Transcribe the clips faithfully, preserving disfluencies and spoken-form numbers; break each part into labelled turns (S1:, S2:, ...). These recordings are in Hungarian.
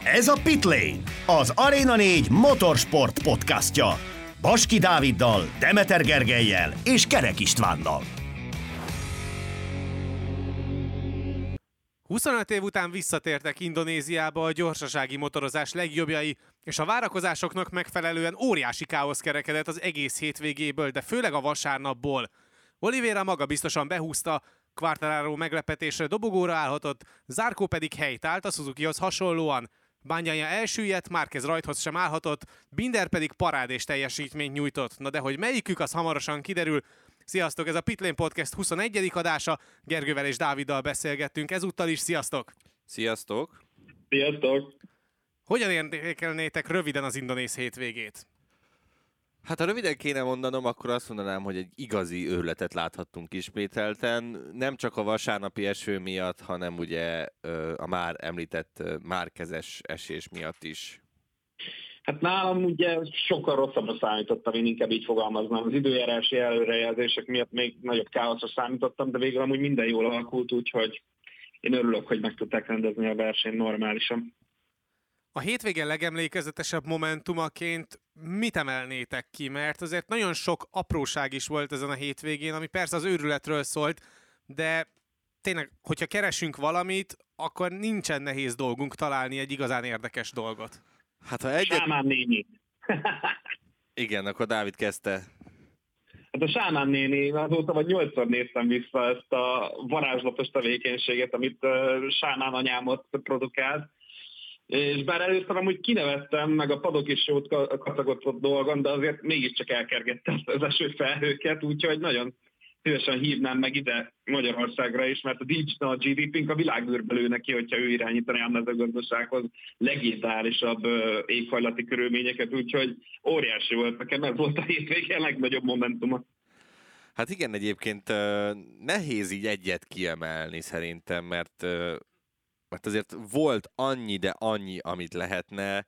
S1: Ez a Pitlane, az Arena négy motorsport podcastja. Baski Dáviddal, Demeter Gergellyel és Kerek Istvánnal.
S2: huszonöt év után visszatértek Indonéziába a gyorsasági motorozás legjobbjai, és a várakozásoknak megfelelően óriási káosz kerekedett az egész hétvégéből, de főleg a vasárnapból. Oliveira maga biztosan behúzta, Quartararo meglepetésre dobogóra állhatott, Zarco pedig helytált a Suzukihoz hasonlóan. Bagnaia elsüllyedt, Márquez rajthoz sem állhatott, Binder pedig parádés teljesítményt nyújtott. Na de hogy melyikük, az hamarosan kiderül. Sziasztok, ez a Pitlane Podcast huszonegyedik adása, Gergővel és Dáviddal beszélgettünk ezúttal is, sziasztok!
S3: Sziasztok!
S4: Sziasztok!
S2: Hogyan értékelnétek röviden az indonéz hétvégét?
S3: Hát ha röviden kéne mondanom, akkor azt mondanám, hogy egy igazi őrületet láthattunk ismételten. Nem csak a vasárnapi eső miatt, hanem ugye a már említett Márquezes esés miatt is.
S4: Hát nálam ugye sokkal rosszabbra számítottam, én inkább így fogalmaznám. Az időjárási előrejelzések miatt még nagyobb káoszra számítottam, de végül amúgy minden jól alakult, úgyhogy én örülök, hogy meg tudták rendezni a versenyt normálisan.
S2: A hétvége legemlékezetesebb momentumaként mit emelnétek ki? Mert azért nagyon sok apróság is volt ezen a hétvégén, ami persze az őrületről szólt, de tényleg, hogyha keresünk valamit, akkor nincsen nehéz dolgunk találni egy igazán érdekes dolgot.
S3: Hát ha egyet...
S4: Sámán néni.
S3: Igen, akkor Dávid kezdte.
S4: Hát a Sámán néni, azóta vagy nyolcszor néztem vissza ezt a varázslatos tevékenységet, amit Sámán anyámot produkált. És bár először amúgy kinevettem, meg a padok is jót kacagott dolgon, de azért mégiscsak elkergette az esőfelhőket, úgyhogy nagyon szívesen hívnám meg ide Magyarországra is, mert a Digital gé dé pé-nk a világűrbe lő neki, hogyha ő irányítaná a mezőgazdasághoz legitálisabb éghajlati körülményeket, úgyhogy óriási volt nekem, ez volt a hétvége legnagyobb momentuma.
S3: Hát igen, egyébként nehéz így egyet kiemelni szerintem, mert mert azért volt annyi, de annyi, amit lehetne.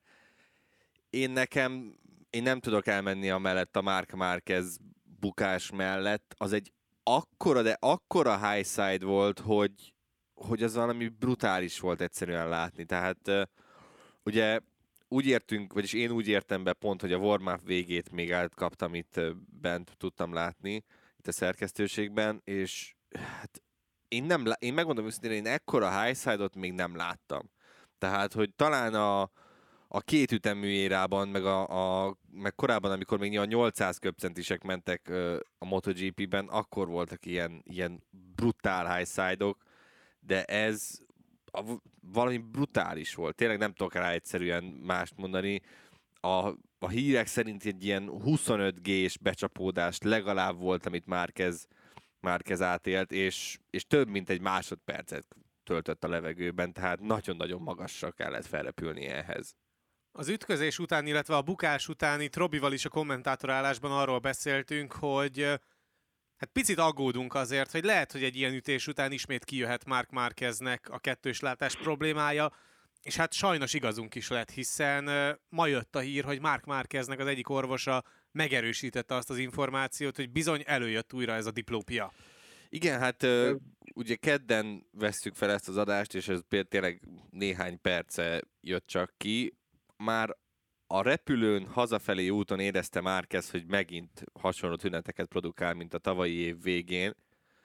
S3: Én nekem, én nem tudok elmenni amellett a Marc Márquez bukás mellett. Az egy akkora, de akkora high side volt, hogy, hogy az valami brutális volt egyszerűen látni. Tehát ugye úgy értünk, vagyis én úgy értem be pont, hogy a warm-up végét még átkaptam, itt bent tudtam látni, itt a szerkesztőségben, és hát Én, nem, én megmondom őszintén, én ekkora high side-ot még nem láttam. Tehát, hogy talán a, a két ütemű érában, meg, a, a, meg korábban, amikor még a nyolcszáz köbcentisek mentek a MotoGP-ben, akkor voltak ilyen, ilyen brutál high side-ok, de ez a, valami brutális volt. Tényleg nem tudok rá egyszerűen mást mondani. A, a hírek szerint egy ilyen huszonöt gés becsapódást legalább volt, amit Márquez Márquez átélt, és, és több mint egy másodpercet töltött a levegőben, tehát nagyon-nagyon magasra kellett felrepülni ehhez.
S2: Az ütközés után, illetve a bukás után itt Robival is a kommentátorállásban arról beszéltünk, hogy hát picit aggódunk azért, hogy lehet, hogy egy ilyen ütés után ismét kijöhet Marc Márqueznek a kettős látás problémája, és hát sajnos igazunk is lett, hiszen ma jött a hír, hogy Marc Márqueznek az egyik orvosa megerősítette azt az információt, hogy bizony előjött újra ez a diplópia.
S3: Igen, hát ugye kedden vesszük fel ezt az adást, és ez például tényleg néhány perce jött csak ki. Már a repülőn hazafelé úton érezte Márquez, hogy megint hasonló tüneteket produkál, mint a tavalyi év végén.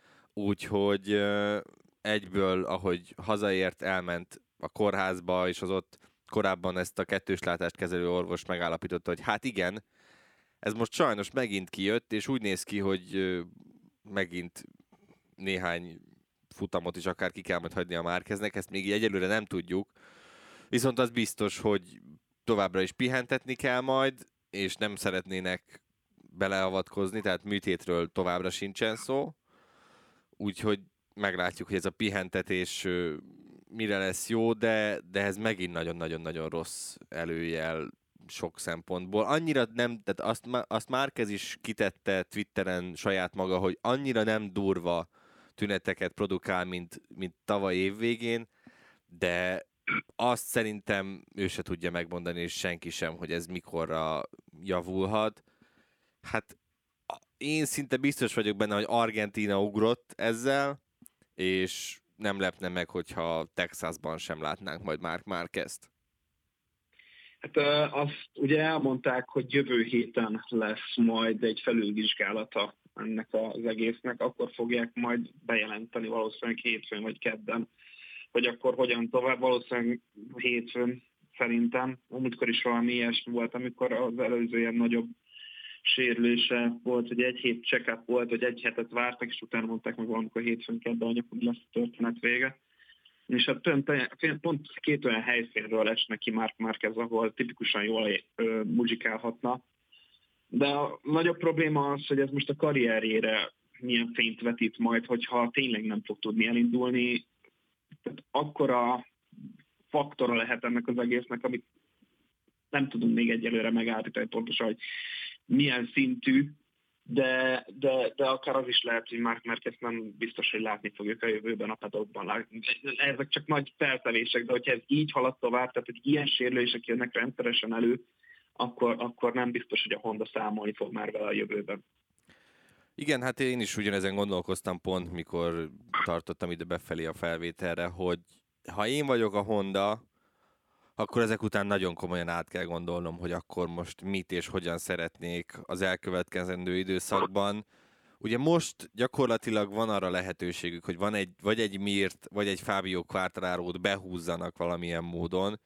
S3: Úgyhogy egyből, ahogy hazaért, elment a kórházba, és az ott korábban ezt a kettős látást kezelő orvos megállapította, hogy hát igen, ez most sajnos megint kijött, és úgy néz ki, hogy megint néhány futamot is akár ki kell majd hagyni a Márqueznek, ezt még egyelőre nem tudjuk. Viszont az biztos, hogy továbbra is pihentetni kell majd, és nem szeretnének beleavatkozni, tehát műtétről továbbra sincsen szó. Úgyhogy meglátjuk, hogy ez a pihentetés mire lesz jó, de, de ez megint nagyon-nagyon-nagyon rossz előjel sok szempontból. Annyira nem, tehát azt, azt Márquez is kitette Twitteren saját maga, hogy annyira nem durva tüneteket produkál, mint, mint tavaly évvégén, de azt szerintem ő se tudja megmondani, és senki sem, hogy ez mikorra javulhat. Hát én szinte biztos vagyok benne, hogy Argentína ugrott ezzel, és nem lepne meg, hogyha Texasban sem látnánk majd Marc Márquezt.
S4: Hát azt ugye elmondták, hogy jövő héten lesz majd egy felülvizsgálata ennek az egésznek, akkor fogják majd bejelenteni valószínűleg hétfőn vagy kedden, hogy akkor hogyan tovább, valószínűleg hétfőn szerintem. Múltkor is valami ilyesmi volt, amikor az előző ilyen nagyobb sérülése volt, hogy egy hét check-up volt, hogy egy hetet vártak, és utána mondták meg valamikor hétfőn kedden, hogy akkor lesz a történet vége. És hát pont, pont két olyan helyszínről esnek ki Marc Márquez, ahol tipikusan jól ö, muzsikálhatna. De a nagyobb probléma az, hogy ez most a karrierjére milyen fényt vetít majd, hogyha tényleg nem fog tudni elindulni. Tehát akkora faktora lehet ennek az egésznek, amit nem tudunk még egyelőre megállítani pontosan, hogy milyen szintű, de, de, de akár az is lehet, hogy Marc Márquez nem biztos, hogy látni fogjuk a jövőben a paddockban. Ezek csak nagy feltevések, de hogyha ez így halad tovább, tehát hogy ilyen sérülések jönnek rendszeresen elő, akkor, akkor nem biztos, hogy a Honda számolni fog már vele a jövőben.
S3: Igen, hát én is ugyanezen gondolkoztam pont, mikor tartottam ide befelé a felvételre, hogy ha én vagyok a Honda, akkor ezek után nagyon komolyan át kell gondolnom, hogy akkor most mit és hogyan szeretnék az elkövetkezendő időszakban. Ugye most gyakorlatilag van arra lehetőségük, hogy van egy, vagy egy Mirt, vagy egy Fabio Quartararót behúzzanak valamilyen módon,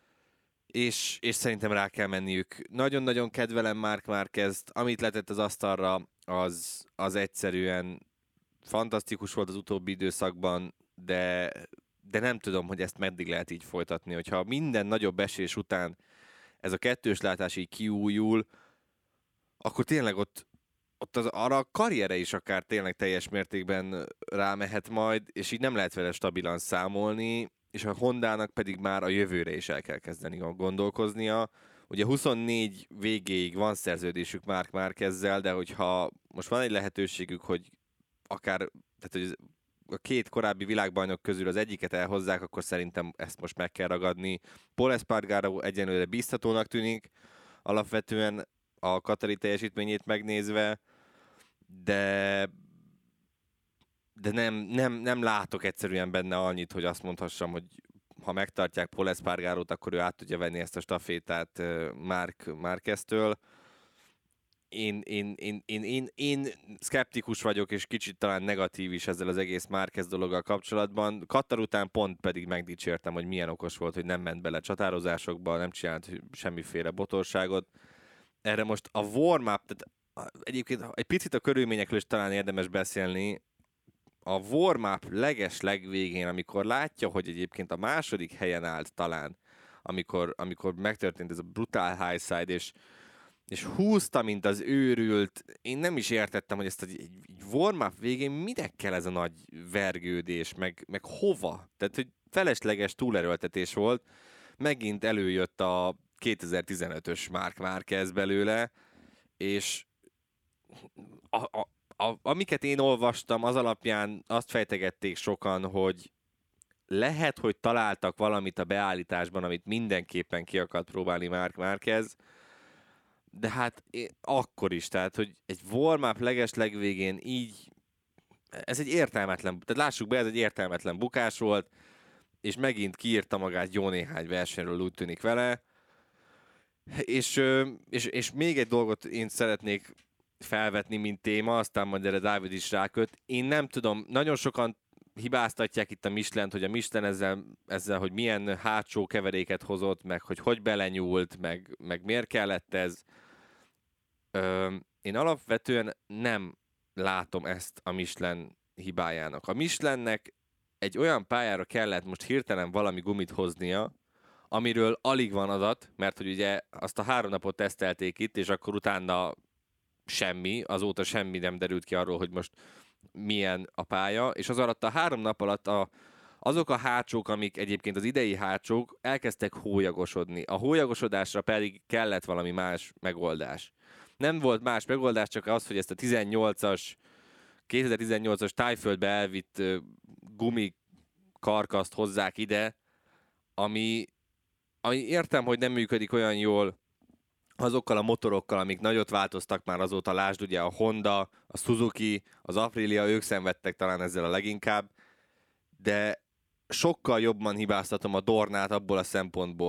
S3: és, és szerintem rá kell menniük. Nagyon-nagyon kedvelem Marc Márquezt, amit letett az asztalra, az, az egyszerűen fantasztikus volt az utóbbi időszakban, de, de nem tudom, hogy ezt meddig lehet így folytatni. Hogyha minden nagyobb esés után ez a kettős látás így kiújul, akkor tényleg ott, ott az, arra a karriere is akár tényleg teljes mértékben rámehet majd, és így nem lehet vele stabilan számolni, és a Hondának pedig már a jövőre is el kell kezdeni gondolkoznia. Ugye huszonnégy végéig van szerződésük Marc Márquezzel, de hogyha most van egy lehetőségük, hogy akár tehát, hogy a két korábbi világbajnok közül az egyiket elhozzák, akkor szerintem ezt most meg kell ragadni. Pol Espargaró egyenlőre bíztatónak tűnik, alapvetően a katari teljesítményét megnézve, de de nem, nem, nem látok egyszerűen benne annyit, hogy azt mondhassam, hogy ha megtartják Pol Espargarót, akkor ő át tudja venni ezt a stafétát Marc Márqueztől. Én, én, én, én, én, én szkeptikus vagyok, és kicsit talán negatív is ezzel az egész Márquez dologgal kapcsolatban. Katar után pont pedig megdicsértem, hogy milyen okos volt, hogy nem ment bele csatározásokba, nem csinált semmiféle botorságot. Erre most a warm-up, tehát egyébként egy picit a körülményekről is talán érdemes beszélni. A warm-up leges legvégén, amikor látja, hogy egyébként a második helyen állt talán, amikor, amikor megtörtént ez a brutál high side, és, és húzta, mint az őrült. Én nem is értettem, hogy ezt egy, egy warm-up végén minek kell ez a nagy vergődés, meg, meg hova? Tehát, hogy felesleges túlerőltetés volt. Megint előjött a kétezer-tizenötös Marc Márquez belőle, és a, a A, amiket én olvastam, az alapján azt fejtegették sokan, hogy lehet, hogy találtak valamit a beállításban, amit mindenképpen ki akart próbálni Marc Márquez, de hát én, akkor is, tehát, hogy egy warm-up leges legvégén így, ez egy értelmetlen, tehát lássuk be, ez egy értelmetlen bukás volt, és megint kiírta magát jó néhány versenyről, úgy tűnik vele, és, és, és még egy dolgot én szeretnék felvetni, mint téma, aztán majd erre Dávid is ráköt. Én nem tudom, nagyon sokan hibáztatják itt a Michelint, hogy a Michelin ezzel, ezzel, hogy milyen hátsó keveréket hozott, meg hogy hogy belenyúlt, meg, meg miért kellett ez. Ö, én alapvetően nem látom ezt a Michelin hibájának. A Michelinnek egy olyan pályára kellett most hirtelen valami gumit hoznia, amiről alig van adat, mert hogy ugye azt a három napot tesztelték itt, és akkor utána semmi, azóta semmi nem derült ki arról, hogy most milyen a pálya, és az alatt a három nap alatt a, azok a hátsók, amik egyébként az idei hátsók, elkezdtek hólyagosodni. A hólyagosodásra pedig kellett valami más megoldás. Nem volt más megoldás, csak az, hogy ezt a tizennyolcas, kétezer-tizennyolcas Tájföldbe elvitt gumi karkaszt hozzák ide, ami, ami értem, hogy nem működik olyan jól azokkal a motorokkal, amik nagyot változtak már azóta, lásd ugye a Honda, a Suzuki, az Aprilia, ők szenvedtek talán ezzel a leginkább, de sokkal jobban hibáztatom a Dornát abból a szempontból,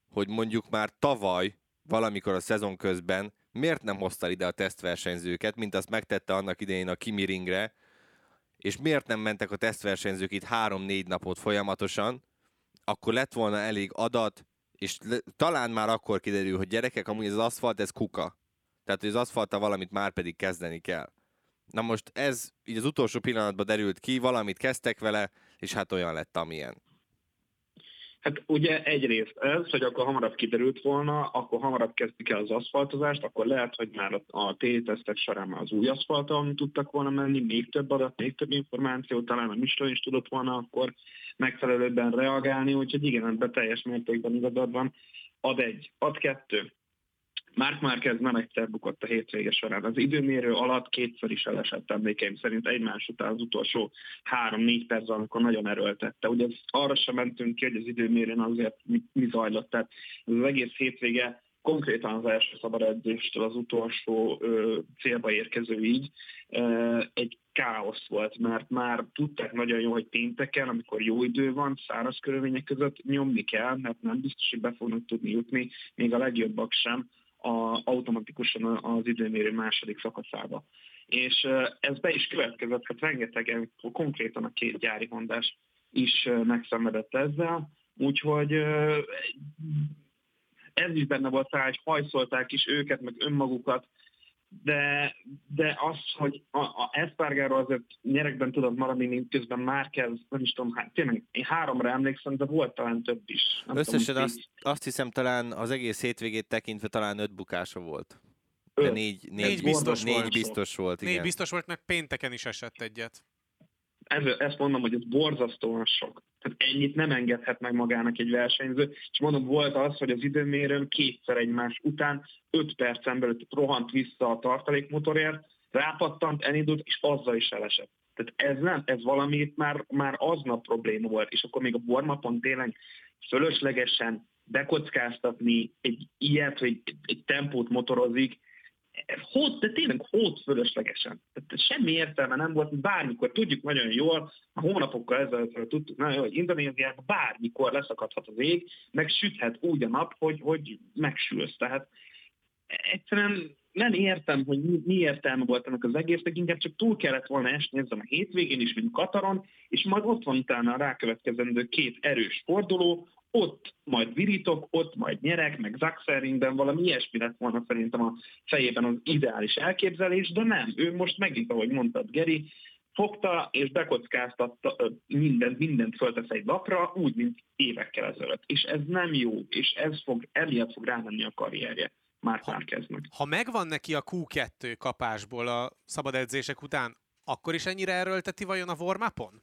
S3: hogy mondjuk már tavaly, valamikor a szezon közben miért nem hoztál ide a tesztversenyzőket, mint azt megtette annak idején a Kimi Ringre, és miért nem mentek a tesztversenyzők itt három-négy napot folyamatosan, akkor lett volna elég adat, és le- talán már akkor kiderül, hogy gyerekek, amúgy az aszfalt, ez kuka. Tehát, hogy az aszfalttal valamit már pedig kezdeni kell. Na most ez így az utolsó pillanatban derült ki, valamit kezdtek vele, és hát olyan lett, amilyen.
S4: Hát ugye egyrészt ez, hogy akkor hamarabb kiderült volna, akkor hamarabb kezdik el az aszfaltozást, akkor lehet, hogy már a té-tesztek során már az új aszfalton tudtak volna menni, még több adat, még több információ, talán a Michelin is tudott volna akkor megfelelőbben reagálni, úgyhogy igen, ebben teljes mértékben igazad van. Ad egy, ad kettő. Marc Márquez nem egyszer bukott a hétvége során. Az időmérő alatt kétszer is elesett, emlékeim szerint egymás után az utolsó három-négy percben, amikor nagyon erőltette. Ugye arra sem mentünk ki, hogy az időmérőn azért mi, mi zajlott. Tehát ez az egész hétvége konkrétan az első szabad edzéstől az utolsó ö, célba érkező így ö, egy káosz volt, mert már tudták nagyon jó, hogy pénteken, amikor jó idő van, száraz körülmények között nyomni kell, mert nem biztos, hogy be fognak tudni jutni, még a legjobbak sem, A, automatikusan az időmérő második szakaszába. És ez be is következett, hát rengetegen, konkrétan a két gyári hondás is megszenvedett ezzel, úgyhogy ez is benne volt rá, hogy hajszolták is őket, meg önmagukat, de, de az, hogy a, a Espargaró azért nyerekben tudod maradni, mint közben Márquez, nem is tudom, hát tényleg én háromra emlékszem, de volt talán több is. Nem
S3: Összesen
S4: tudom,
S3: azt, azt hiszem talán az egész hétvégét tekintve talán öt bukása volt. De
S4: Öt.
S3: négy, négy,
S2: Négy
S3: biztos,
S2: biztos
S3: négy
S2: volt.
S3: biztos volt, igen.
S2: Négy biztos volt, meg pénteken is esett egyet.
S4: Ez, ezt mondom, hogy ez borzasztóan sok. Tehát ennyit nem engedhet meg magának egy versenyző. És mondom, volt az, hogy az időmérőn kétszer egymás után öt percen belül rohant vissza a tartalékmotorért, rápattant, elindult, és azzal is elesett. Tehát ez nem, ez valamit már, már aznap probléma volt. És akkor még a warm-upon tényleg fölöslegesen bekockáztatni egy ilyet, hogy egy, egy tempót motorozik, Hót, de tényleg hót fölöslegesen. Tehát semmi értelme nem volt, bármikor, tudjuk nagyon jól, a hónapokkal ezelőtt tudtuk nagyon jól, hogy Indonéziában bármikor leszakadhat az ég, meg süthet úgy a nap, hogy, hogy megsülsz. Tehát egyszerűen nem értem, hogy mi, mi értelme volt ennek az egésznek, inkább csak túl kellett volna esni ezen a hétvégén is, mint Kataron, és majd ott van utána a rákövetkezendő két erős forduló, ott majd virítok, ott majd nyerek, meg Zachseiringben valami ilyesmi lett volna szerintem a fejében az ideális elképzelés, de nem. Ő most megint, ahogy mondtad, Geri, fogta és bekockáztatta mindent, mindent föltesz egy lapra, úgy, mint évekkel ezelőtt. És ez nem jó, és ez fog, emiatt fog rámenni a karrierje Marc Márqueznek.
S2: Ha megvan neki a kú kettő kapásból a szabad edzések után, akkor is ennyire erőlteti vajon a warm-upon?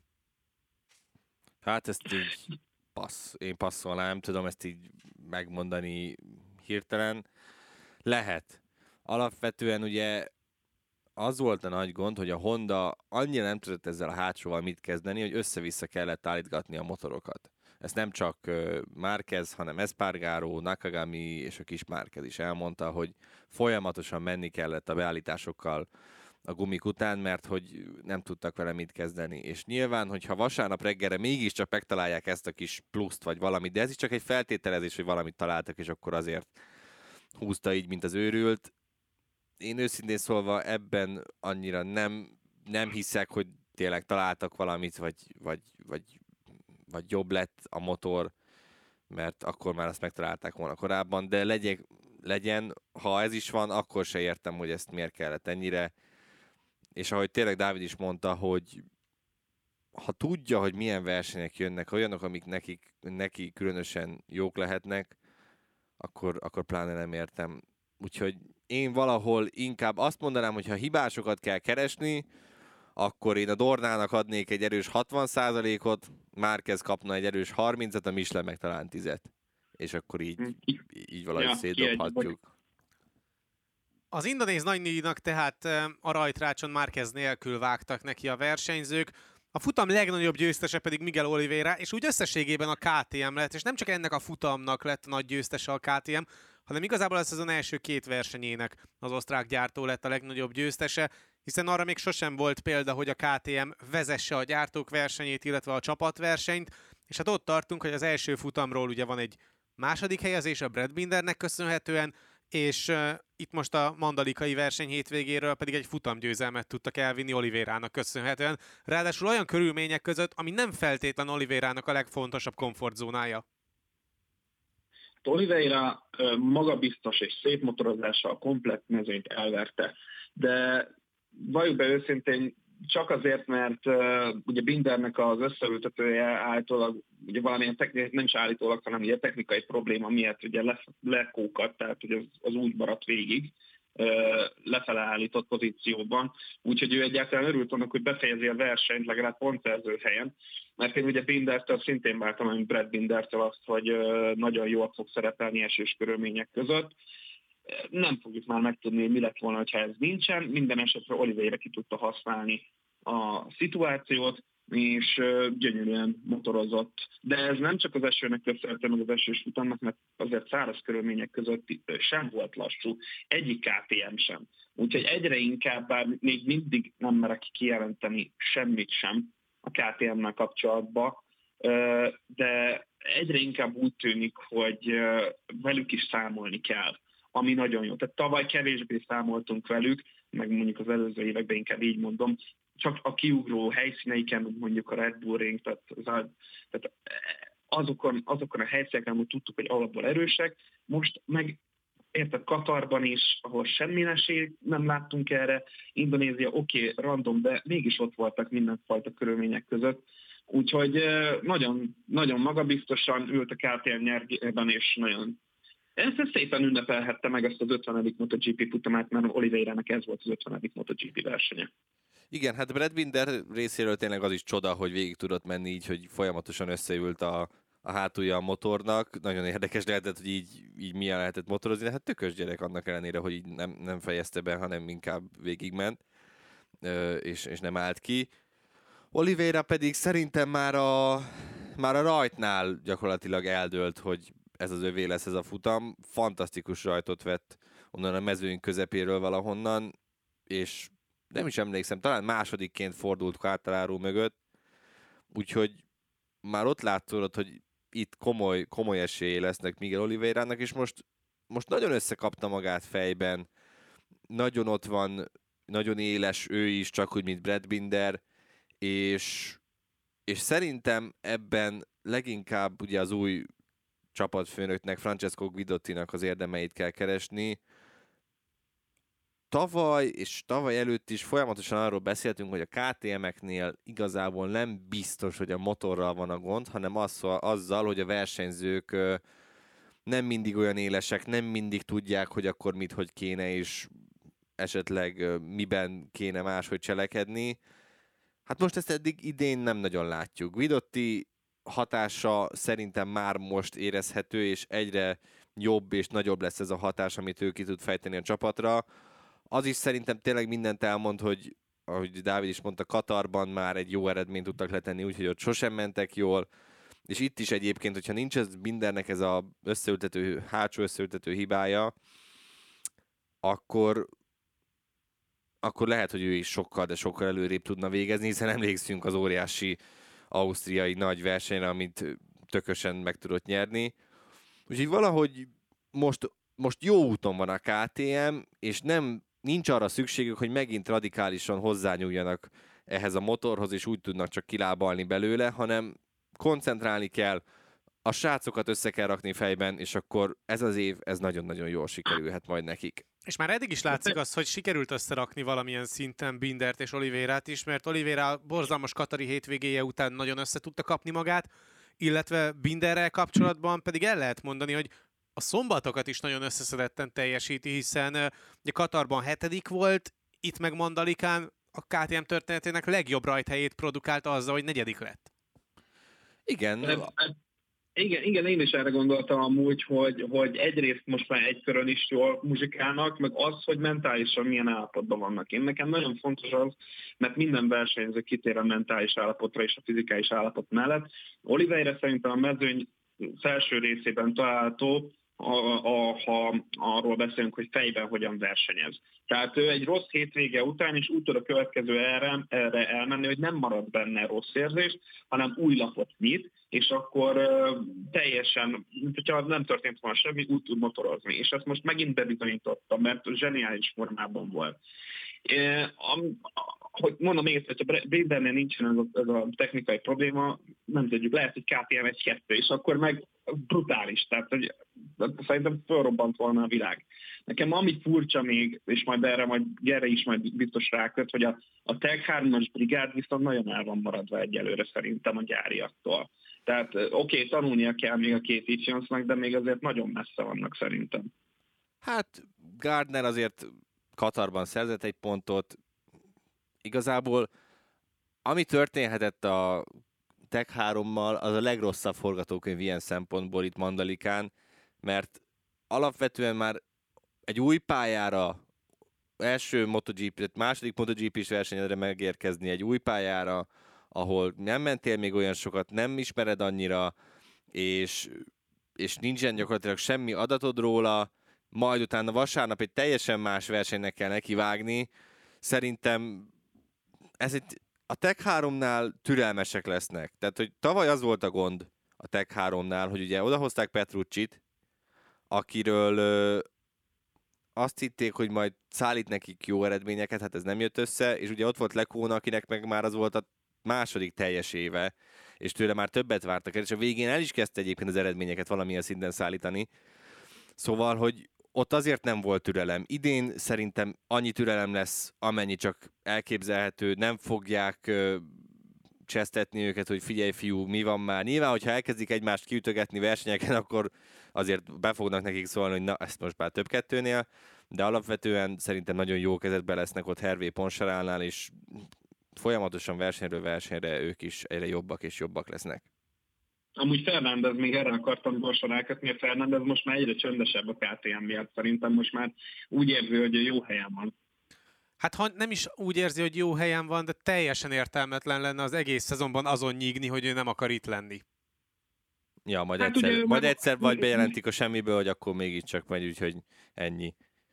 S3: Hát ezt így passz, én passzolnám, nem tudom ezt így megmondani hirtelen. Lehet. Alapvetően ugye az volt a nagy gond, hogy a Honda annyira nem tudott ezzel a hátsóval mit kezdeni, hogy össze-vissza kellett állítgatni a motorokat. Ezt nem csak uh, Márquez, hanem Espargaró, Nakagami és a kis Márquez is elmondta, hogy folyamatosan menni kellett a beállításokkal a gumik után, mert hogy nem tudtak vele mit kezdeni. És nyilván, hogyha vasárnap reggelre mégiscsak megtalálják ezt a kis pluszt, vagy valamit, de ez is csak egy feltételezés, hogy valamit találtak, és akkor azért húzta így, mint az őrült. Én őszintén szólva ebben annyira nem, nem hiszek, hogy tényleg találtak valamit, vagy, vagy, vagy, vagy jobb lett a motor, mert akkor már azt megtalálták volna korábban, de legyen, legyen, ha ez is van, akkor se értem, hogy ezt miért kellett ennyire. És ahogy tényleg Dávid is mondta, hogy ha tudja, hogy milyen versenyek jönnek, olyanok, amik nekik, neki különösen jók lehetnek, akkor, akkor pláne nem értem. Úgyhogy én valahol inkább azt mondanám, hogy ha hibásokat kell keresni, akkor én a Dornának adnék egy erős hatvan százalékot, Márquez kapna egy erős harmincat, a Michelin meg talán tízet. És akkor így, így valahogy
S4: ja,
S3: szétdobhatjuk.
S2: Az indonéz nagydíjnak tehát a rajtrácson Márquez nélkül vágtak neki a versenyzők, a futam legnagyobb győztese pedig Miguel Oliveira, és úgy összességében a ká té em lett, és nem csak ennek a futamnak lett nagy győztese a ká té em, hanem igazából a szezon első két versenyének az osztrák gyártó lett a legnagyobb győztese, hiszen arra még sosem volt példa, hogy a ká té em vezesse a gyártók versenyét, illetve a csapatversenyt, és hát ott tartunk, hogy az első futamról ugye van egy második helyezés a Brad Bindernek köszönhetően, és uh, itt most a mandalikai verseny hétvégéről pedig egy futamgyőzelmet tudtak elvinni Oliveira-nak köszönhetően, ráadásul olyan körülmények között, ami nem feltétlen Oliveira-nak a legfontosabb komfortzónája.
S4: Oliveira magabiztos és szép motorozással a komplett mezőnyt elverte, de valljuk be őszintén, csak azért, mert uh, ugye Bindernek az összeültetője állítólag, ugye valamilyen technikai, nem is állítólag, hanem ugye technikai probléma miatt ugye le, lekókat, tehát ugye az, az úgy maradt végig, uh, lefele állított pozícióban, úgyhogy ő egyáltalán örült annak, hogy befejezi a versenyt legalább pontszerző helyen, mert én ugye Bindertől szintén vártam, mint Brad Bindertől azt, hogy uh, nagyon jól fog szerepelni esős körülmények között. Nem fogjuk már megtudni, hogy mi lett volna, ha ez nincsen. Minden esetre Oliveira ki tudta használni a szituációt, és gyönyörűen motorozott. De ez nem csak az esőnek köszönhető, meg az esős futamnak, mert azért száraz körülmények között sem volt lassú, egyik ká té em sem. Úgyhogy egyre inkább, bár még mindig nem merek kijelenteni semmit sem a ká té em-nel kapcsolatban, de egyre inkább úgy tűnik, hogy velük is számolni kell, ami nagyon jó. Tehát tavaly kevésbé számoltunk velük, meg mondjuk az előző években inkább így mondom, csak a kiugró helyszíneiken, mondjuk a Red Bull Ring, tehát, az, tehát azokon, azokon a helyszíneken, hogy tudtuk, hogy alapból erősek, most meg érted Katarban is, ahol semmi esélyt nem láttunk erre, Indonézia oké, okay, random, de mégis ott voltak mindenfajta körülmények között, úgyhogy nagyon, nagyon magabiztosan ült a ká té em nyergében, és nagyon ezt szépen ünnepelhette meg ezt az ötvenedik MotoGP futamát, mert Oliveira-nak ez volt az ötvenedik MotoGP versenye.
S3: Igen, hát Brad Binder részéről tényleg az is csoda, hogy végig tudott menni így, hogy folyamatosan összeült a, a hátulja a motornak. Nagyon érdekes lehetett, hogy így, így milyen lehetett motorozni, de hát tökös gyerek annak ellenére, hogy így nem, nem fejezte be, hanem inkább végigment, és, és nem állt ki. Oliveira pedig szerintem már a, már a rajtnál gyakorlatilag eldőlt, hogy ez az övé lesz ez a futam. Fantasztikus rajtot vett onnan a mezőny közepéről valahonnan, és nem is emlékszem, talán másodikként fordult Quartararo mögött, úgyhogy már ott látszott, hogy itt komoly, komoly esélye lesznek Miguel Oliveira-nak, és most, most nagyon összekapta magát fejben, nagyon ott van, nagyon éles ő is, csak úgy, mint Brad Binder, és, és szerintem ebben leginkább ugye az új csapatfőnöknek, Francesco Guidottinak az érdemeit kell keresni. Tavaly és tavaly előtt is folyamatosan arról beszéltünk, hogy a ká té em-eknél igazából nem biztos, hogy a motorral van a gond, hanem azzal, hogy a versenyzők nem mindig olyan élesek, nem mindig tudják, hogy akkor mit, hogy kéne, és esetleg miben kéne máshogy cselekedni. Hát most ezt eddig idén nem nagyon látjuk. Guidotti hatása szerintem már most érezhető, és egyre jobb és nagyobb lesz ez a hatás, amit ő ki tud fejteni a csapatra. Az is szerintem tényleg mindent elmond, hogy ahogy Dávid is mondta, Katarban már egy jó eredményt tudtak letenni, úgyhogy ott sosem mentek jól, és itt is egyébként, hogyha nincs ez mindennek ez a összeültető, hátsó összeültető hibája, akkor akkor lehet, hogy ő is sokkal, de sokkal előrébb tudna végezni, hiszen emlékszünk az óriási ausztriai nagy versenyre, amit tökösen meg tudott nyerni. Úgyhogy valahogy most, most jó úton van a ká té em, és nem, nincs arra szükségük, hogy megint radikálisan hozzányúljanak ehhez a motorhoz, és úgy tudnak csak kilábalni belőle, hanem koncentrálni kell, a srácokat össze kell rakni fejben, és akkor ez az év, ez nagyon-nagyon jól sikerülhet majd nekik.
S2: És már eddig is látszik az, hogy sikerült összerakni valamilyen szinten Bindert és Oliveirát is, mert Oliveira borzalmas katari hétvégéje után nagyon össze tudta kapni magát, illetve Binderrel kapcsolatban pedig el lehet mondani, hogy a szombatokat is nagyon összeszedetten teljesíti, hiszen ugye Katarban hetedik volt, itt meg Mandalikán a ká té em történetének legjobb rajthelyét produkálta azzal, hogy negyedik lett.
S3: Igen.
S4: Igen, igen, én is erre gondoltam amúgy, hogy, hogy egyrészt most már egy körön is jól muzsikálnak, meg az, hogy mentálisan milyen állapotban vannak. Én nekem nagyon fontos az, mert minden versenyző kitér a mentális állapotra és a fizikális állapot mellett. Oliveira szerintem a mezőny felső részében található, a, a, ha arról beszélünk, hogy fejben hogyan versenyez. Tehát ő egy rossz hétvége után is úgy tud a következő erre, erre elmenni, hogy nem marad benne rossz érzés, hanem új lapot nyit, és akkor uh, teljesen, mint hogyha nem történt volna semmi, úgy tud motorozni. És ezt most megint bebizonyította, mert zseniális formában volt. E, am, hogy mondom még egyszer, hogyha Bradennél nincsen ez a, ez a technikai probléma, nem tudjuk, lehet, hogy ká té em egy kettő, és akkor meg brutális, tehát hogy, szerintem fölrobbant volna a világ. Nekem ami furcsa még, és majd erre majd Gerre is majd biztos ráköt, hogy a, a Tech hármas brigád viszont nagyon el van maradva egyelőre szerintem a gyáriaktól. Tehát oké, okay, tanulnia kell még a két Ifionsnak, de még azért nagyon messze vannak szerintem.
S3: Hát Gardner azért Katarban szerzett egy pontot. Igazából ami történhetett a Tech hárommal, az a legrosszabb forgatókönyv ilyen szempontból itt Mandalikán, mert alapvetően már egy új pályára, első MotoGP, második MotoGP-s versenyedre megérkezni egy új pályára, ahol nem mentél még olyan sokat, nem ismered annyira, és, és nincsen gyakorlatilag semmi adatod róla, majd utána vasárnap egy teljesen más versenynek kell nekivágni. Szerintem ez egy, a Tech háromnál türelmesek lesznek. Tehát, hogy tavaly az volt a gond a Tech háromnál, hogy ugye odahozták Petrucci-t, akiről ö, azt hitték, hogy majd szállít nekik jó eredményeket, hát ez nem jött össze, és ugye ott volt Lecona, akinek meg már az volt a második teljes éve, és tőle már többet vártak el, és a végén el is kezdte egyébként az eredményeket valamilyen szinten szállítani. Szóval, hogy ott azért nem volt türelem. Idén szerintem annyi türelem lesz, amennyi csak elképzelhető, nem fogják ö, csesztetni őket, hogy figyelj fiú, mi van már. Nyilván, hogyha elkezdik egymást kiütögetni versenyeken, akkor azért be fognak nekik szólni, hogy na, ezt most már több kettőnél, de alapvetően szerintem nagyon jó kezedbe lesznek ott Hervé Poncherralnál, és folyamatosan versenyről versenyre ők is egyre jobbak és jobbak lesznek.
S4: Amúgy Fernández, még erre akartam gyorsan rákötni, a Fernández most már egyre csöndesebb a ká té em miatt, szerintem most már úgy érzi, hogy jó helyen van.
S2: Hát ha nem is úgy érzi, hogy jó helyen van, de teljesen értelmetlen lenne az egész szezonban azon nyígni, hogy ő nem akar itt lenni.
S3: Ja, majd,
S4: hát
S3: egyszer,
S4: ugye,
S3: majd egyszer vagy bejelentik a semmiből, hogy akkor mégiscsak megy, úgyhogy ennyi.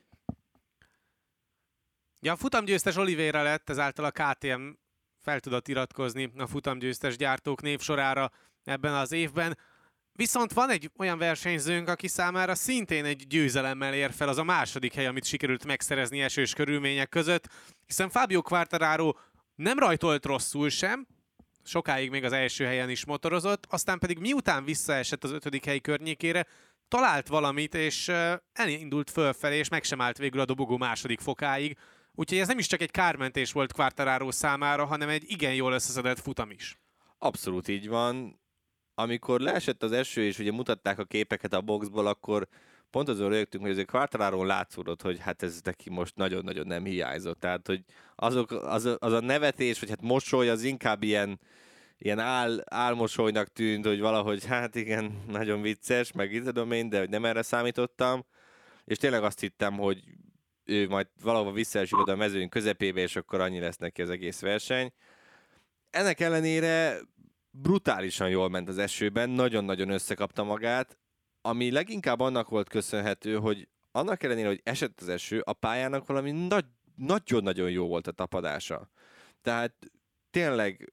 S2: Ja, a futamgyőztes Oliveira lett, ezáltal a ká té em fel tudott iratkozni a futamgyőztes gyártók névsorára ebben az évben. Viszont van egy olyan versenyzőnk, aki számára szintén egy győzelemmel ér fel, az a második hely, amit sikerült megszerezni esős körülmények között, hiszen Fabio Quartararo nem rajtolt rosszul sem, sokáig még az első helyen is motorozott, aztán pedig miután visszaesett az ötödik hely környékére, talált valamit, és elindult fölfelé, és meg sem állt végül a dobogó második fokáig. Úgyhogy ez nem is csak egy kármentés volt Quartararo számára, hanem egy igen jól összeszedett futam is.
S3: Abszolút így van. Amikor leesett az eső, és ugye mutatták a képeket a boxból, akkor pont azon rögtünk, hogy azért Quartararo látszódott, hogy hát ez neki most nagyon-nagyon nem hiányzott. Tehát, hogy azok, az, az a nevetés, vagy hát mosoly, az inkább ilyen, ilyen ál, álmosolynak tűnt, hogy valahogy hát igen, nagyon vicces, meg itt tudom én, de nem erre számítottam. És tényleg azt hittem, hogy ő majd valahova visszaesik oda a mezőn közepébe, és akkor annyi lesz neki az egész verseny. Ennek ellenére brutálisan jól ment az esőben, nagyon-nagyon összekapta magát, ami leginkább annak volt köszönhető, hogy annak ellenére, hogy esett az eső, a pályának valami nagy, nagyon-nagyon jó volt a tapadása. Tehát tényleg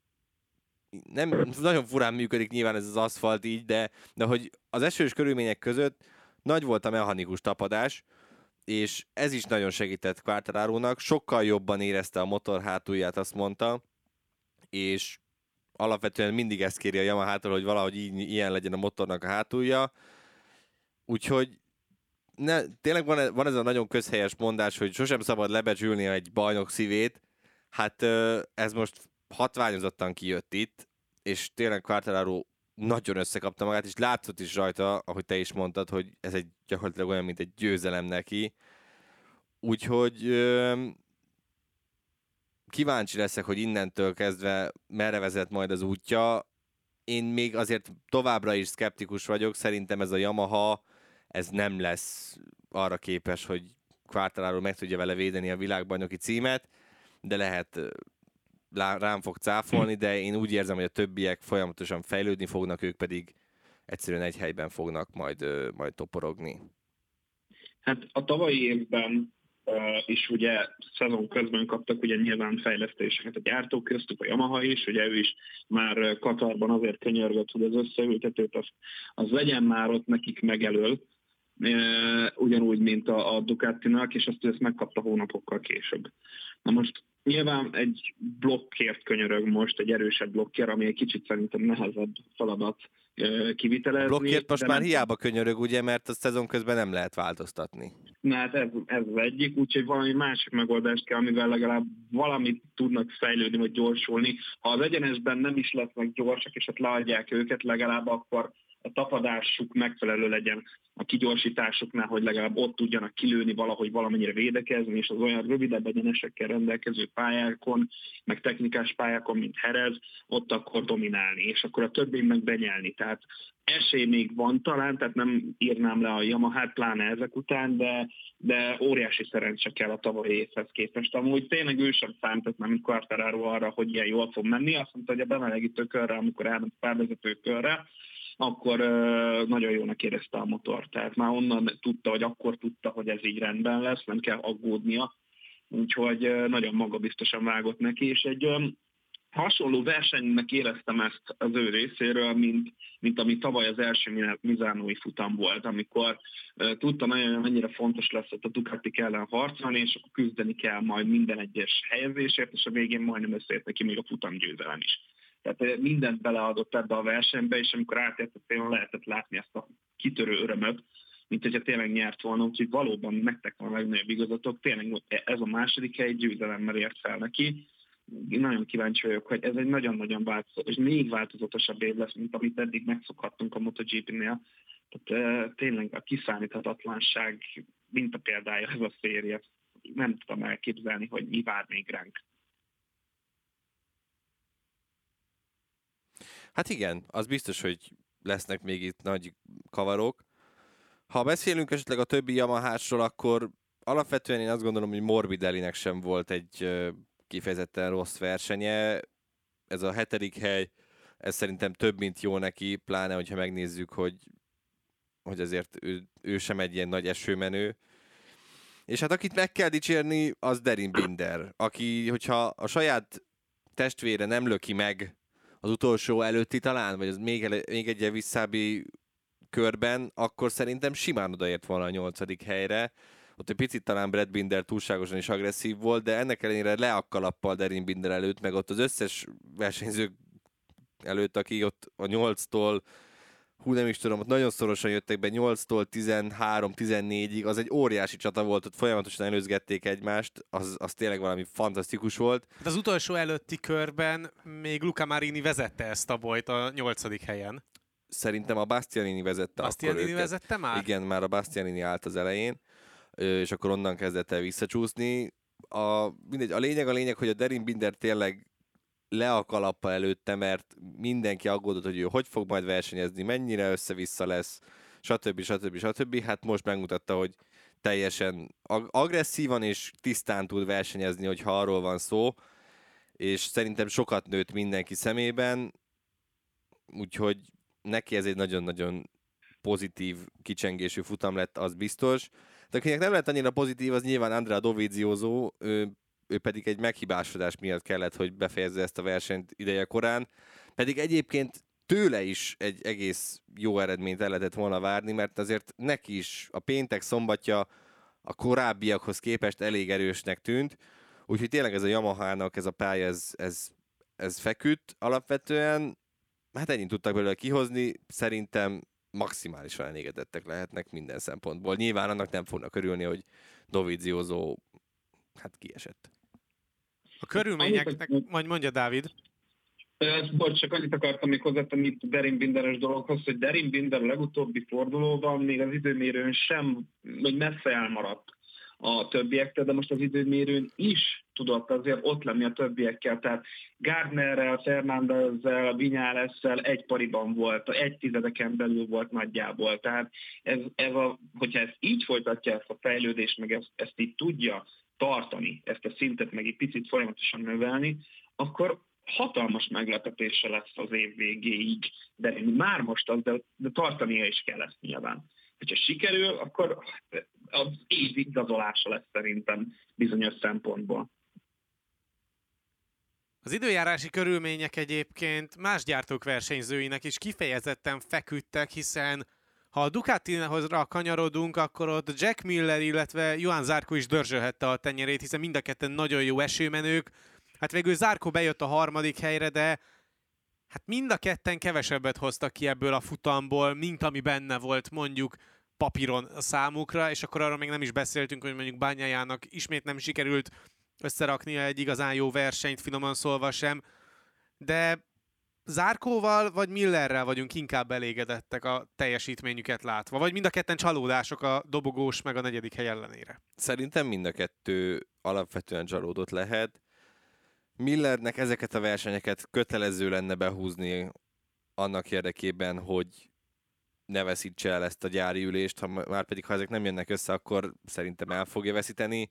S3: nem, nagyon furán működik nyilván ez az aszfalt így, de, de hogy az esős körülmények között nagy volt a mechanikus tapadás, és ez is nagyon segített Quartararónak, sokkal jobban érezte a motor hátulját, azt mondta, és alapvetően mindig ezt kéri a Yamahától, hogy valahogy így, ilyen legyen a motornak a hátulja. Úgyhogy ne, tényleg van, van ez a nagyon közhelyes mondás, hogy sosem szabad lebecsülni egy bajnok szívét. Hát ez most hatványozottan kijött itt, és tényleg Quartararo nagyon összekapta magát, és látszott is rajta, ahogy te is mondtad, hogy ez egy gyakorlatilag olyan, mint egy győzelem neki. Úgyhogy kíváncsi leszek, hogy innentől kezdve merre vezet majd az útja. Én még azért továbbra is szkeptikus vagyok, szerintem ez a Yamaha, ez nem lesz arra képes, hogy Quartararo meg tudja vele védeni a világbajnoki címet, de lehet rám fog cáfolni, de én úgy érzem, hogy a többiek folyamatosan fejlődni fognak, ők pedig egyszerűen egy helyben fognak majd, majd toporogni.
S4: Hát a tavalyi évben és ugye szezon közben kaptak ugye nyilván fejlesztéseket a gyártók köztük, a Yamaha is, ugye ő is már Katarban azért könyörgött, hogy az összeültetőt az, az legyen már ott nekik megelől, ugyanúgy, mint a, a Ducatinak, és azt, ezt megkapta hónapokkal később. Na most nyilván egy blokkért könyörög most, egy erősebb blokkért, ami egy kicsit szerintem nehezebb feladat kivitelezni.
S3: A blokkért most már
S4: nem...
S3: hiába könyörög, ugye, mert a szezon közben nem lehet változtatni.
S4: Na hát ez, ez az egyik, úgyhogy valami másik megoldást kell, amivel legalább valamit tudnak fejlődni, vagy gyorsulni. Ha az egyenesben nem is lesznek gyorsak, és ott leadják őket, legalább akkor a tapadásuk megfelelő legyen a kigyorsításuknál, hogy legalább ott tudjanak kilőni valahogy valamennyire védekezni, és az olyan rövidebb egyenesekkel rendelkező pályákon, meg technikás pályákon, mint Jerez, ott akkor dominálni, és akkor a többi meg benyelni. Tehát esély még van talán, tehát nem írnám le a Yamahát, pláne ezek után, de, de óriási szerencse kell a tavalyi évhez képest. Amúgy tényleg ő sem számított, mint Quartararo arra, hogy ilyen jól fog menni. Azt mondta, hogy a bemelegítő körre, amikor elment a párvezető körre, akkor uh, nagyon jónak érezte a motor. Tehát már onnan tudta, hogy akkor tudta, hogy ez így rendben lesz, nem kell aggódnia. Úgyhogy uh, nagyon magabiztosan vágott neki, és egy um, hasonló versenynek éreztem ezt az ő részéről, mint, mint ami tavaly az első Misánói futam volt, amikor uh, tudta nagyon, mennyire fontos lesz ott a Ducatik ellen harcolni, és akkor küzdeni kell majd minden egyes helyezésért, és a végén majdnem összeért neki még a futamgyőzelem is. Tehát mindent beleadott ebbe a versenybe, és amikor átért a célon, lehetett látni ezt a kitörő örömöt, mint hogyha tényleg nyert volna, úgyhogy valóban nektek van a legnagyobb igazatok, tényleg ez a második hely győzelemmel ért fel neki. Én nagyon kíváncsi vagyok, hogy ez egy nagyon-nagyon változatos, és még változatosabb év lesz, mint amit eddig megszokhattunk a MotoGP-nél. Tehát tényleg a kiszámíthatatlanság mint a példája ez a széria. Nem tudom elképzelni, hogy mi vár még ránk.
S3: Hát igen, az biztos, hogy lesznek még itt nagy kavarok. Ha beszélünk esetleg a többi Yamahásról, akkor alapvetően én azt gondolom, hogy Morbidellinek sem volt egy kifejezetten rossz versenye. Ez a hetedik hely, ez szerintem több, mint jó neki, pláne, hogyha megnézzük, hogy, hogy azért ő, ő sem egy ilyen nagy esőmenő. És hát akit meg kell dicsérni, az Derin Binder, aki, hogyha a saját testvére nem löki meg az utolsó előtti talán, vagy az még, ele, még egy visszábbi körben, akkor szerintem simán odaért volna a nyolcadik helyre. Ott egy picit talán Brad Binder túlságosan is agresszív volt, de ennek ellenére le a kalappal Derin Binder előtt, meg ott az összes versenyző előtt, aki ott a nyolctól, hú nem is tudom, ott nagyon szorosan jöttek be, nyolctól tizenhárom tizennégyig, az egy óriási csata volt, ott folyamatosan előzgették egymást, az, az tényleg valami fantasztikus volt.
S2: De az utolsó előtti körben még Luca Marini vezette ezt a bajt a nyolcadik helyen.
S3: Szerintem a Bastianini vezette
S2: Bastianini
S3: akkor őket.
S2: vezette már?
S3: Igen, már a Bastianini állt az elején, és akkor onnan kezdett el visszacsúszni. A, mindegy, a lényeg a lényeg, hogy a Derin Binder tényleg le a kalappa előtte, mert mindenki aggódott, hogy ő hogy fog majd versenyezni, mennyire össze-vissza lesz, stb. stb. stb. Hát most megmutatta, hogy teljesen ag- agresszívan és tisztán tud versenyezni, hogyha arról van szó, és szerintem sokat nőtt mindenki szemében, úgyhogy neki ez egy nagyon-nagyon pozitív kicsengésű futam lett, az biztos. De akinek nem lett annyira pozitív, az nyilván Andrea Dovizioso, ő ő pedig egy meghibásodás miatt kellett, hogy befejezze ezt a versenyt ideje korán. Pedig egyébként tőle is egy egész jó eredményt el lehetett volna várni, mert azért neki is a péntek szombatja a korábbiakhoz képest elég erősnek tűnt. Úgyhogy tényleg ez a Yamahának ez a pálya, ez, ez, ez feküdt alapvetően. Hát ennyit tudtak belőle kihozni, szerintem maximálisan elégedettek lehetnek minden szempontból. Nyilván annak nem fognak örülni, hogy Dovizioso hát kiesett.
S2: A körülményeknek, majd mondja Dávid.
S4: Bocs, csak annyit akartam még hozzátenni itt a Derin Binderes dologhoz, hogy Derin Binder a legutóbbi fordulóban még az időmérőn sem, vagy messze elmaradt a többiektől, de most az időmérőn is tudott azért ott lenni a többiekkel, tehát Gardnerrel, Fernándezzel, Viñalessel egy pariban volt, egy tizedeken belül volt nagyjából, tehát ez, ez a, hogyha ez így folytatja ezt a fejlődést, meg ezt, ezt így tudja tartani, ezt a szintet, meg egy picit folyamatosan növelni, akkor hatalmas meglepetése lesz az év végéig, de már most az, de, de tartania is kell ezt nyilván. hogyha sikerül, akkor az év igazolása lesz szerintem bizonyos szempontból.
S2: Az időjárási körülmények egyébként más gyártók versenyzőinek is kifejezetten feküdtek, hiszen ha a Ducatihoz kanyarodunk, akkor ott Jack Miller, illetve Johan Zarco is dörzsölhette a tenyerét, hiszen mind a ketten nagyon jó esőmenők. Hát végül Zarco bejött a harmadik helyre, de hát mind a ketten kevesebbet hoztak ki ebből a futamból, mint ami benne volt mondjuk papíron a számukra, és akkor arról még nem is beszéltünk, hogy mondjuk Bagnajának ismét nem sikerült összeraknia egy igazán jó versenyt, finoman szólva sem, de Zarcóval vagy Millerrel vagyunk inkább elégedettek a teljesítményüket látva, vagy mind a ketten csalódások a dobogós meg a negyedik hely ellenére?
S3: Szerintem mind a kettő alapvetően csalódott lehet. Millernek ezeket a versenyeket kötelező lenne behúzni annak érdekében, hogy ne veszítse el ezt a gyári ülést, ha már pedig ha ezek nem jönnek össze, akkor szerintem el fogja veszíteni.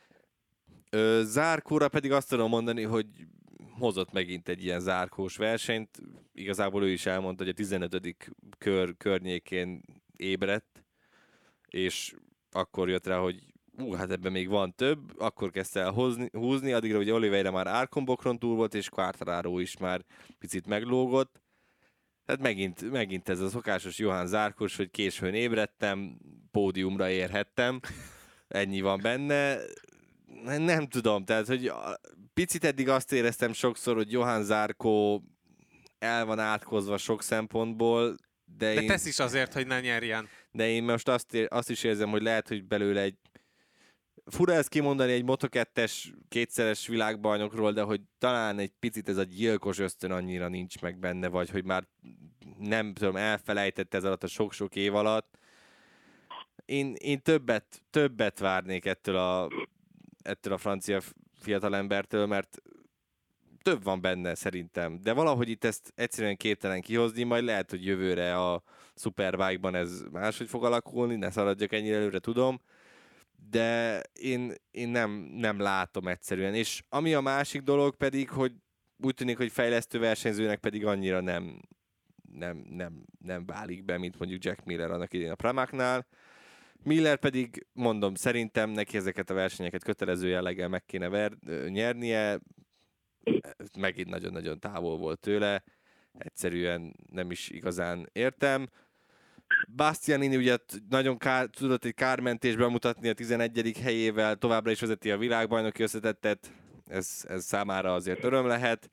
S3: Zarcóra pedig azt tudom mondani, hogy hozott megint egy ilyen zárkós versenyt. Igazából ő is elmondta, hogy a tizenötödik kör környékén ébredt, és akkor jött rá, hogy ú, hát ebben még van több, akkor kezdte el hozni, húzni, addigra ugye Oliveira már Arcon-Bokron túl volt, és Quartararo is már picit meglógott. Tehát megint, megint ez a szokásos Johan Zarcós, hogy későn ébredtem, pódiumra érhettem, ennyi van benne. Nem tudom, tehát, hogy picit eddig azt éreztem sokszor, hogy Johan Zarco el van átkozva sok szempontból, de,
S2: de
S3: én,
S2: tesz is azért, hogy ne nyerjen.
S3: De én most azt, ér, azt is érzem, hogy lehet, hogy belőle egy fura ezt kimondani egy moto kettes kétszeres világbajnokról, de hogy talán egy picit ez a gyilkos ösztön annyira nincs meg benne, vagy hogy már nem tudom, elfelejtette ez alatt a sok-sok év alatt. Én, én többet, többet várnék ettől a, ettől a francia fiatalembertől, mert több van benne szerintem, de valahogy itt ezt egyszerűen képtelen kihozni, majd lehet, hogy jövőre a Superbike-ban ez máshogy fog alakulni, ne szaladjak ennyire előre, tudom, de én, én nem, nem látom egyszerűen. És ami a másik dolog pedig, hogy úgy tűnik, hogy fejlesztő versenyzőnek pedig annyira nem, nem, nem, nem válik be, mint mondjuk Jack Miller annak idén a Pramac-nál. Miller pedig, mondom, szerintem neki ezeket a versenyeket kötelező jelleggel meg kéne ver, nyernie, megint nagyon-nagyon távol volt tőle, egyszerűen nem is igazán értem. Bastianini ugye nagyon kár, tudott egy kármentésben mutatni a tizenegyedik helyével, továbbra is vezeti a világbajnoki összetettet, ez, ez számára azért öröm lehet.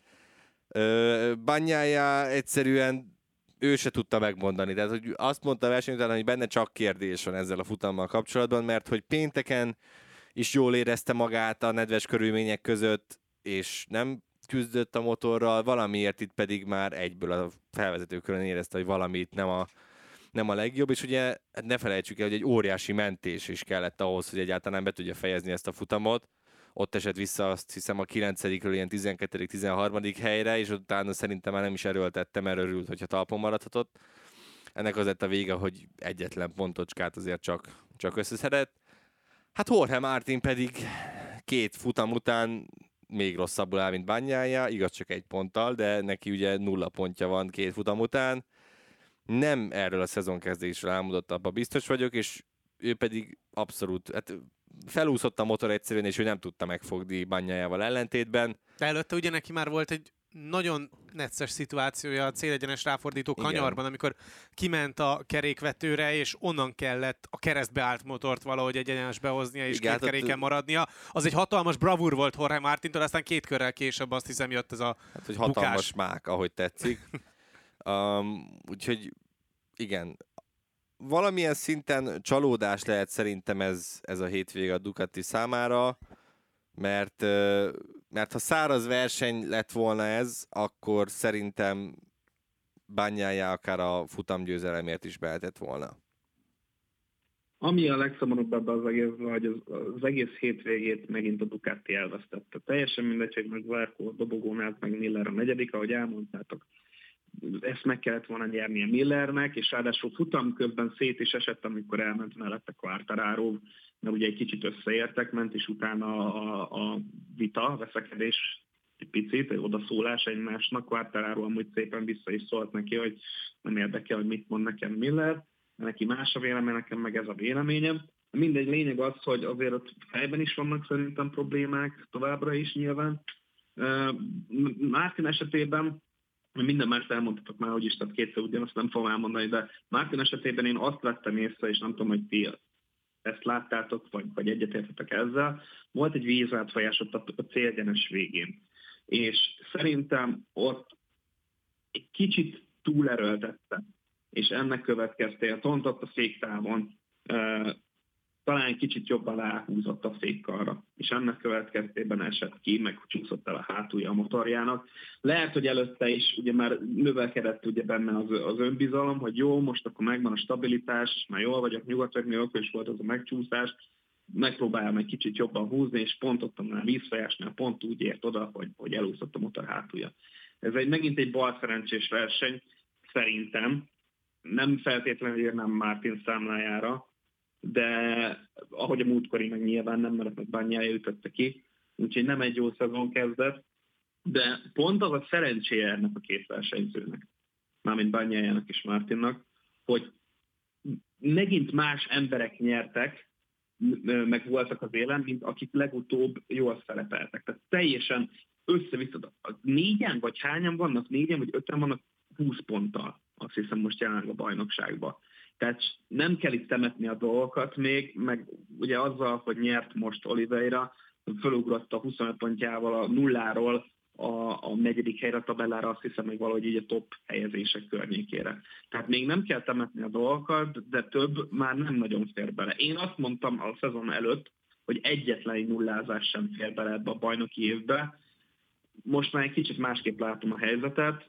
S3: Bagnaia egyszerűen ő se tudta megmondani, tehát hogy azt mondta a verseny után, hogy benne csak kérdés van ezzel a futammal kapcsolatban, mert hogy pénteken is jól érezte magát a nedves körülmények között, és nem küzdött a motorral, valamiért itt pedig már egyből a felvezetőkörön érezte, hogy valamit nem a, nem a legjobb, és ugye ne felejtsük el, hogy egy óriási mentés is kellett ahhoz, hogy egyáltalán be tudja fejezni ezt a futamot. Ott esett vissza, azt hiszem, a kilencedikről ilyen tizenkettedik tizenharmadik helyre, és utána szerintem már nem is erőltette, mert örült, hogyha talpon maradhatott. Ennek az lett a vége, hogy egyetlen pontocskát azért csak, csak összeszedett. Hát Jorge Martin pedig két futam után még rosszabbul áll, mint Bagnaia, igaz csak egy ponttal, de neki ugye nulla pontja van két futam után. Nem erről a szezonkezdésről álmodott, abban biztos vagyok, és ő pedig abszolút, hát felúszott a motor egyszerűen, és ő nem tudta megfogni Bagnaiával ellentétben.
S2: De előtte ugye neki már volt egy nagyon necces szituációja a célegyenes ráfordító kanyarban, igen, amikor kiment a kerékvetőre, és onnan kellett a keresztbe állt motort valahogy egyenesbe hoznia, és igen, két keréken maradnia. Az egy hatalmas bravúr volt Jorge Martintól, aztán két körrel később azt hiszem jött ez a
S3: hát, hogy hatalmas
S2: bukás.
S3: Mák, ahogy tetszik. um, úgyhogy igen, valamilyen szinten csalódás lehet szerintem ez, ez a hétvége a Ducati számára, mert, mert ha száraz verseny lett volna ez, akkor szerintem Bagnaia akár a futamgyőzelemért is behetett volna.
S4: Ami a legszomorúbb ebben az egész, hogy az, az egész hétvégét megint a Ducati elvesztette. Teljesen mindegy, hogy meg Zarco a dobogónál, meg Miller a negyedik, ahogy elmondtátok. Ezt meg kellett volna nyernie Millernek, és ráadásul futamközben szét is esett, amikor elment mellette Quartararo, mert ugye egy kicsit összeértek, ment, és utána a, a vita, a veszekedés egy picit, egy odaszólás egymásnak. Quartararo amúgy szépen vissza is szólt neki, hogy nem érdekel, hogy mit mond nekem Miller. neki más a vélemény, nekem meg ez a véleményem. Mindegy, lényeg az, hogy azért ott fejben is vannak szerintem problémák, továbbra is nyilván. Martin esetében, minden más elmondhatok már, hogy is, tehát kétszer ugyanazt nem fogom elmondani, de Martin esetében én azt vettem észre, és nem tudom, hogy ti ezt láttátok, vagy, vagy egyetértetek ezzel, volt egy vízátfolyás ott a célegyenes végén. És szerintem ott egy kicsit túlerőltette, és ennek következtében tontott a féktávon, talán kicsit jobban ráhúzott a fékkarra, és ennek következtében esett ki, meg csúszott el a hátulja a motorjának. Lehet, hogy előtte is ugye már növelkedett ugye benne az, az önbizalom, hogy jó, most akkor megvan a stabilitás, már jól vagyok, nyugodt vagyok, még akkor is volt az a megcsúszás, megpróbálja egy kicsit jobban húzni, és pont ott a vízfolyásnál pont úgy ért oda, hogy, hogy elúszott a motor hátulja. Ez egy, megint egy balszerencsés verseny, szerintem, nem feltétlenül írnám Martin számlájára, de ahogy a múltkori meg nyilván nem, mert meg Bagnaia ütötte ki, úgyhogy nem egy jó szezon kezdett, de pont az a szerencséje ennek a két versenyzőnek, mármint Bagnaiának és Martinnak, hogy megint más emberek nyertek, meg voltak az élen, mint akik legutóbb jól szerepeltek. Tehát teljesen össze-vissza. Négyen vagy hányan vannak? Négyen vagy öten vannak húsz ponttal, azt hiszem most jelenleg a bajnokságban. Tehát nem kell itt temetni a dolgokat még, meg ugye azzal, hogy nyert most Oliveira, fölugrott a huszonöt pontjával a nulláról a, a negyedik helyre a tabellára, azt hiszem, hogy valahogy így a top helyezések környékére. Tehát még nem kell temetni a dolgokat, de több már nem nagyon fér bele. Én azt mondtam a szezon előtt, hogy egyetlen egy nullázás sem fér bele ebbe a bajnoki évbe. Most már egy kicsit másképp látom a helyzetet,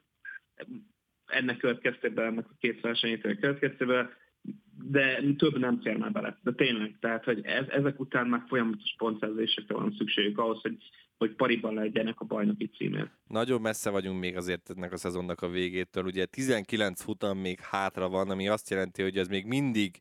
S4: ennek következtében, ennek a két versenyétől következtében, de több nem fér már bele. De tényleg, tehát, hogy ez, ezek után már folyamatos pontszerzésekre van szükségük ahhoz, hogy, hogy pariban legyenek a bajnoki címért.
S3: Nagyon messze vagyunk még azért ennek a szezonnak a végétől. Ugye tizenkilenc futam még hátra van, ami azt jelenti, hogy ez még mindig,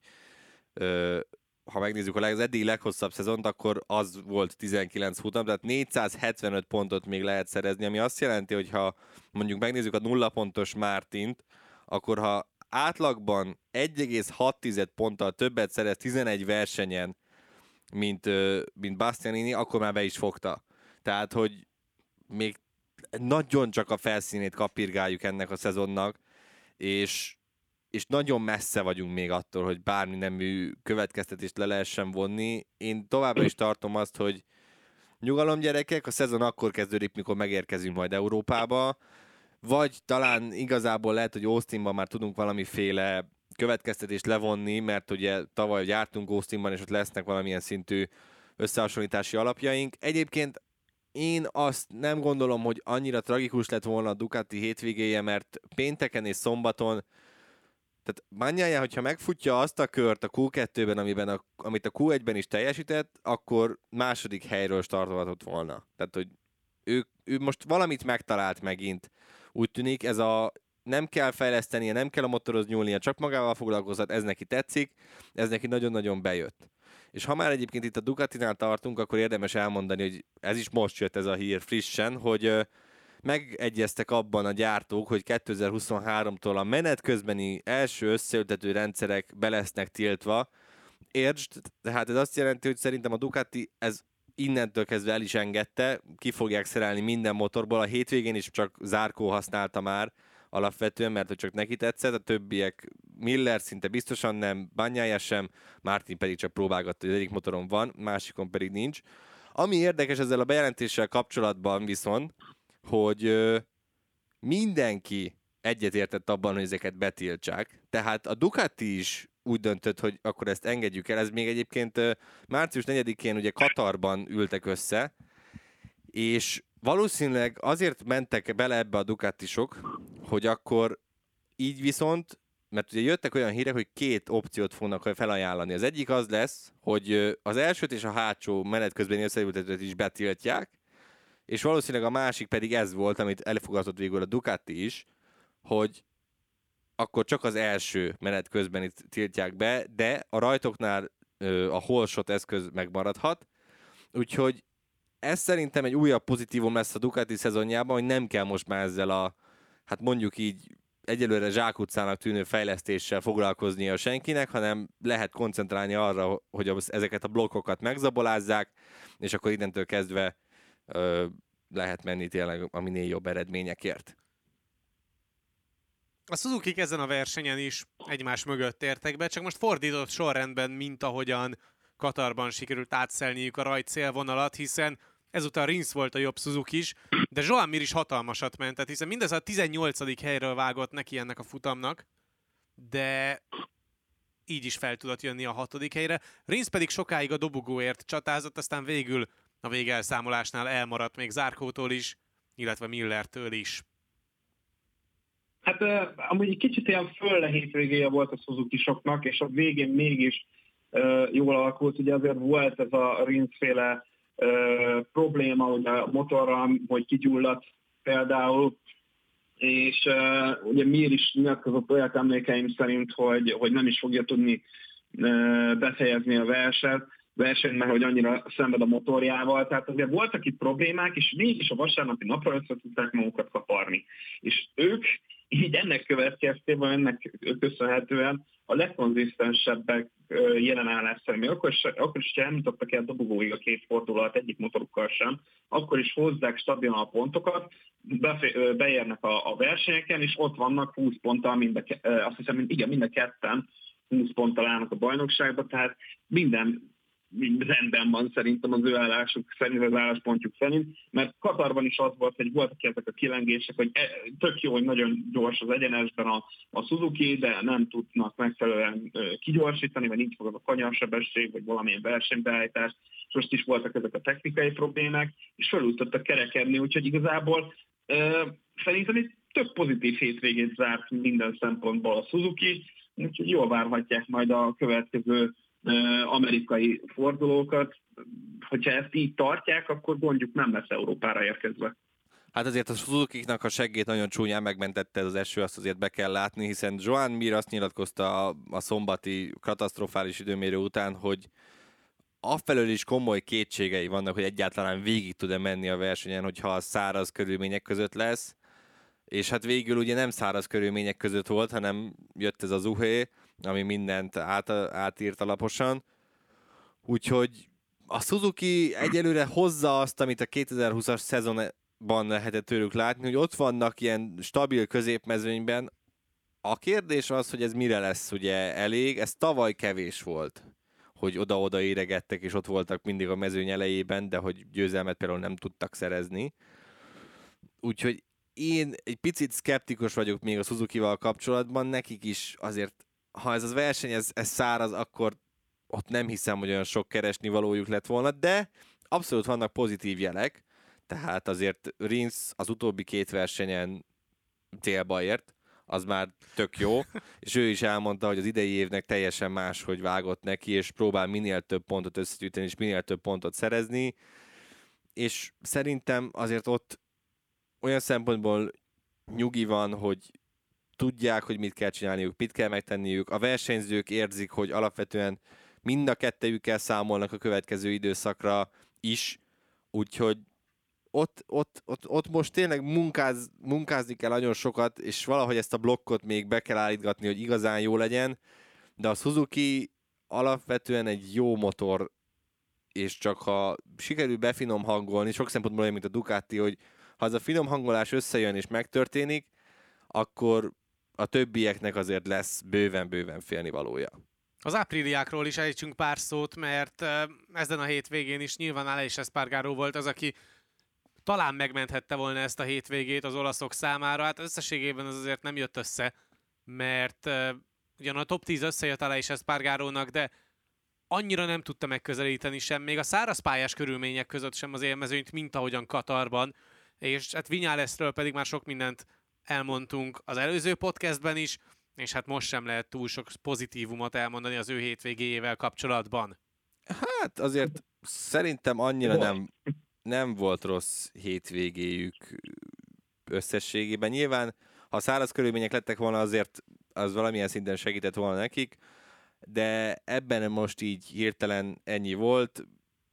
S3: ö, ha megnézzük az eddig leghosszabb szezont, akkor az volt tizenkilenc futam, tehát négyszázhetvenöt pontot még lehet szerezni, ami azt jelenti, hogy ha mondjuk megnézzük a nulla pontos Martint, akkor ha átlagban egy egész hat ponttal többet szerez tizenegy versenyen, mint, mint Bastianini, akkor már be is fogta. Tehát, hogy még nagyon csak a felszínét kapirgáljuk ennek a szezonnak, és, és nagyon messze vagyunk még attól, hogy bármi nemű következtetést le lehessen vonni. Én továbbra is tartom azt, hogy nyugalom gyerekek, a szezon akkor kezdődik, mikor megérkezünk majd Európába, vagy talán igazából lehet, hogy Austinban már tudunk valamiféle következtetést levonni, mert ugye tavaly jártunk Austinban, és ott lesznek valamilyen szintű összehasonlítási alapjaink. Egyébként én azt nem gondolom, hogy annyira tragikus lett volna a Ducati hétvégéje, mert pénteken és szombaton, tehát Bagnaia, hogyha megfutja azt a kört a kú kettőben, amiben a, amit a kú egyben is teljesített, akkor második helyről startolhatott volna. Tehát, hogy ő, ő most valamit megtalált megint. Úgy tűnik, ez a nem kell fejlesztenie, nem kell a motorhoz nyúlnia, csak magával foglalkozhat, ez neki tetszik, ez neki nagyon-nagyon bejött. És ha már egyébként itt a Ducatinál tartunk, akkor érdemes elmondani, hogy ez is most jött ez a hír frissen, hogy megegyeztek abban a gyártók, hogy kétezer-huszonháromtól a menet közbeni első összeültető rendszerek be lesznek tiltva. Értsd, tehát ez azt jelenti, hogy szerintem a Ducati ez innentől kezdve el is engedte, ki fogják szerelni minden motorból, a hétvégén is csak Zarco használta már alapvetően, mert hogy csak neki tetszett, a többiek Miller szinte biztosan nem, Bagnaia sem, Martin pedig csak próbálgatta, hogy egyik motoron van, másikon pedig nincs. Ami érdekes ezzel a bejelentéssel kapcsolatban viszont, hogy ö, mindenki egyetértett abban, hogy ezeket betiltsák, tehát a Ducati is úgy döntött, hogy akkor ezt engedjük el. Ez még egyébként március negyedikén ugye Katarban ültek össze, és valószínűleg azért mentek bele ebbe a Ducatisok, hogy akkor így viszont, mert ugye jöttek olyan hírek, hogy két opciót fognak felajánlani. Az egyik az lesz, hogy az elsőt és a hátsó menet közbeni összeültetőt is betiltják, és valószínűleg a másik pedig ez volt, amit elfogadott végül a Ducati is, hogy akkor csak az első menet közben itt tiltják be, de a rajtoknál ö, a holshot eszköz megmaradhat, úgyhogy ez szerintem egy újabb pozitívum lesz a Ducati szezonjában, hogy nem kell most már ezzel a, hát mondjuk így egyelőre zsákutcának tűnő fejlesztéssel foglalkoznia senkinek, hanem lehet koncentrálni arra, hogy ezeket a blokkokat megzabolázzák, és akkor innentől kezdve ö, lehet menni tényleg a minél jobb eredményekért.
S2: A Suzuki ezen a versenyen is egymás mögött értek be, csak most fordított sorrendben, mint ahogyan Katarban sikerült átszelniük a rajtcélvonalat, hiszen ezután Rins volt a jobb Suzuki is, de Joan Mir is hatalmasat ment, hiszen mindez a tizennyolcadik helyről vágott neki ennek a futamnak, de így is fel tudott jönni a hatodik helyre. Rins pedig sokáig a dobogóért csatázott, aztán végül a végelszámolásnál elmaradt még Zarcótól is, illetve Millertől is.
S4: Hát uh, amúgy egy kicsit ilyen fölle hétvégéje volt a Suzuki-soknak, és a végén mégis uh, jól alakult. Ugye azért volt ez a Rins-féle uh, probléma, ugye a motorral, hogy kigyulladt például, és uh, ugye Mir is nyilatkozott olyat emlékeim szerint, hogy, hogy nem is fogja tudni uh, befejezni a verset, versenyt, mert hogy annyira szenved a motorjával, tehát azért voltak itt problémák, és mégis a vasárnapi napra össze tudták magukat kaparni. És ők így ennek következtében, ennek köszönhetően a legkonzisztensebbek jelen állás szerint, akkor is, akkor is, ha elmutattak el dobogóig a két fordulat egyik motorukkal sem, akkor is hozzák stabilan a pontokat, befe- beérnek a, a versenyeken, és ott vannak húsz ponttal, mind a, azt hiszem, igen, mind a ketten húsz ponttal állnak a bajnokságba, tehát minden rendben van szerintem az ő állásuk szerint, az álláspontjuk szerint, mert Katarban is az volt, hogy voltak ezek a kilengések, hogy tök jó, hogy nagyon gyors az egyenesben a, a Suzuki, de nem tudnak megfelelően kigyorsítani, vagy nincs meg a kanyarsebesség, vagy valamilyen versenybeállítás, és most is voltak ezek a technikai problémák, és felül tudtak kerekedni, úgyhogy igazából uh, szerintem itt több pozitív hétvégét zárt minden szempontból a Suzuki, úgyhogy jól várhatják majd a következő amerikai fordulókat, hogyha ezt így tartják, akkor mondjuk nem lesz Európára érkezve.
S3: Hát azért a Suzuki-nak a seggét nagyon csúnyán megmentette ez az eső, azt azért be kell látni, hiszen Joan Mir azt nyilatkozta a, a szombati katasztrofális időmérő után, hogy afelől is komoly kétségei vannak, hogy egyáltalán végig tud-e menni a versenyen, hogyha a száraz körülmények között lesz, és hát végül ugye nem száraz körülmények között volt, hanem jött ez az uhé, ami mindent át, átírt alaposan. Úgyhogy a Suzuki egyelőre hozza azt, amit a kétezer-húszas szezonban lehetett tőlük látni, hogy ott vannak ilyen stabil középmezőnyben. A kérdés az, hogy ez mire lesz ugye elég. Ez tavaly kevés volt, hogy oda-oda éregettek, és ott voltak mindig a mezőny elejében, de hogy győzelmet például nem tudtak szerezni. Úgyhogy én egy picit szkeptikus vagyok még a Suzukival kapcsolatban, nekik is azért, ha ez az verseny, ez, ez száraz, akkor ott nem hiszem, hogy olyan sok keresni valójuk lett volna, de abszolút vannak pozitív jelek, tehát azért Rins az utóbbi két versenyen célba ért, az már tök jó, és ő is elmondta, hogy az idei évnek teljesen más, hogy vágott neki, és próbál minél több pontot összegyűjteni, és minél több pontot szerezni, és szerintem azért ott olyan szempontból nyugi van, hogy tudják, hogy mit kell csinálniuk, mit kell megtenniük. A versenyzők érzik, hogy alapvetően mind a kettejükkel számolnak a következő időszakra is, úgyhogy ott, ott, ott, ott most tényleg munkáz, munkázni kell nagyon sokat, és valahogy ezt a blokkot még be kell állítgatni, hogy igazán jó legyen, de a Suzuki alapvetően egy jó motor, és csak ha sikerül befinom hangolni, sok szempontból olyan, mint a Ducati, hogy ha az a finom hangolás összejön és megtörténik, akkor a többieknek azért lesz bőven-bőven félnivalója.
S2: Az ápriliákról is ejtsünk pár szót, mert ezen a hétvégén is nyilván Aleix Espargaró volt az, aki talán megmenthette volna ezt a hétvégét az olaszok számára. Hát összességében az azért nem jött össze, mert ugyan a top tíz összejött Aleix Espargarónak, de annyira nem tudta megközelíteni sem, még a szárazpályás körülmények között sem az élmezőnyt, mint ahogyan Katarban, és hát Viñalesről pedig már sok mindent elmondtunk az előző podcastben is, és hát most sem lehet túl sok pozitívumot elmondani az ő hétvégéjével kapcsolatban.
S3: Hát azért szerintem annyira nem, nem volt rossz hétvégéjük összességében. Nyilván, ha száraz körülmények lettek volna, azért az valamilyen szinten segített volna nekik, de ebben most így hirtelen ennyi volt.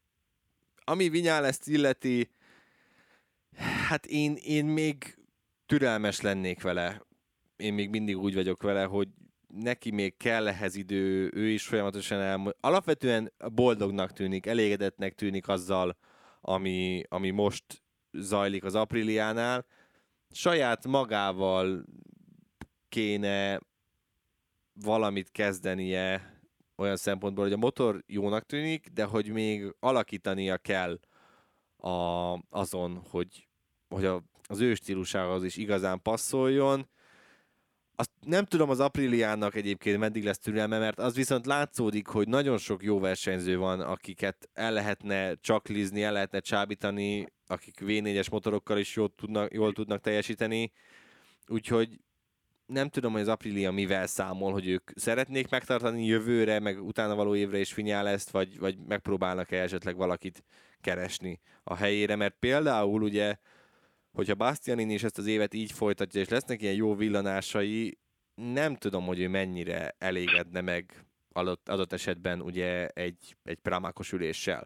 S3: Ami Viñalest illeti, hát én, én még türelmes lennék vele. én még mindig úgy vagyok vele, hogy neki még kell ehhez idő, ő is folyamatosan elmond. Alapvetően boldognak tűnik, elégedettnek tűnik azzal, ami, ami most zajlik az Apriliánál. Saját magával kéne valamit kezdenie olyan szempontból, hogy a motor jónak tűnik, de hogy még alakítania kell a, azon, hogy, hogy a, az ő stílusához is igazán passzoljon. Azt nem tudom az Apriliának egyébként meddig lesz türelme, mert az viszont látszódik, hogy nagyon sok jó versenyző van, akiket el lehetne csaklizni, el lehetne csábítani, akik vé négyes motorokkal is jól tudnak, jól tudnak teljesíteni. Úgyhogy nem tudom, hogy az Aprilia mivel számol, hogy ők szeretnék megtartani jövőre, meg utána való évre is Viñalest, vagy, vagy megpróbálnak-e esetleg valakit keresni a helyére, mert például ugye, hogyha Bastianini is ezt az évet így folytatja, és lesznek ilyen jó villanásai, nem tudom, hogy ő mennyire elégedne meg adott, adott esetben ugye egy, egy pramákos üléssel.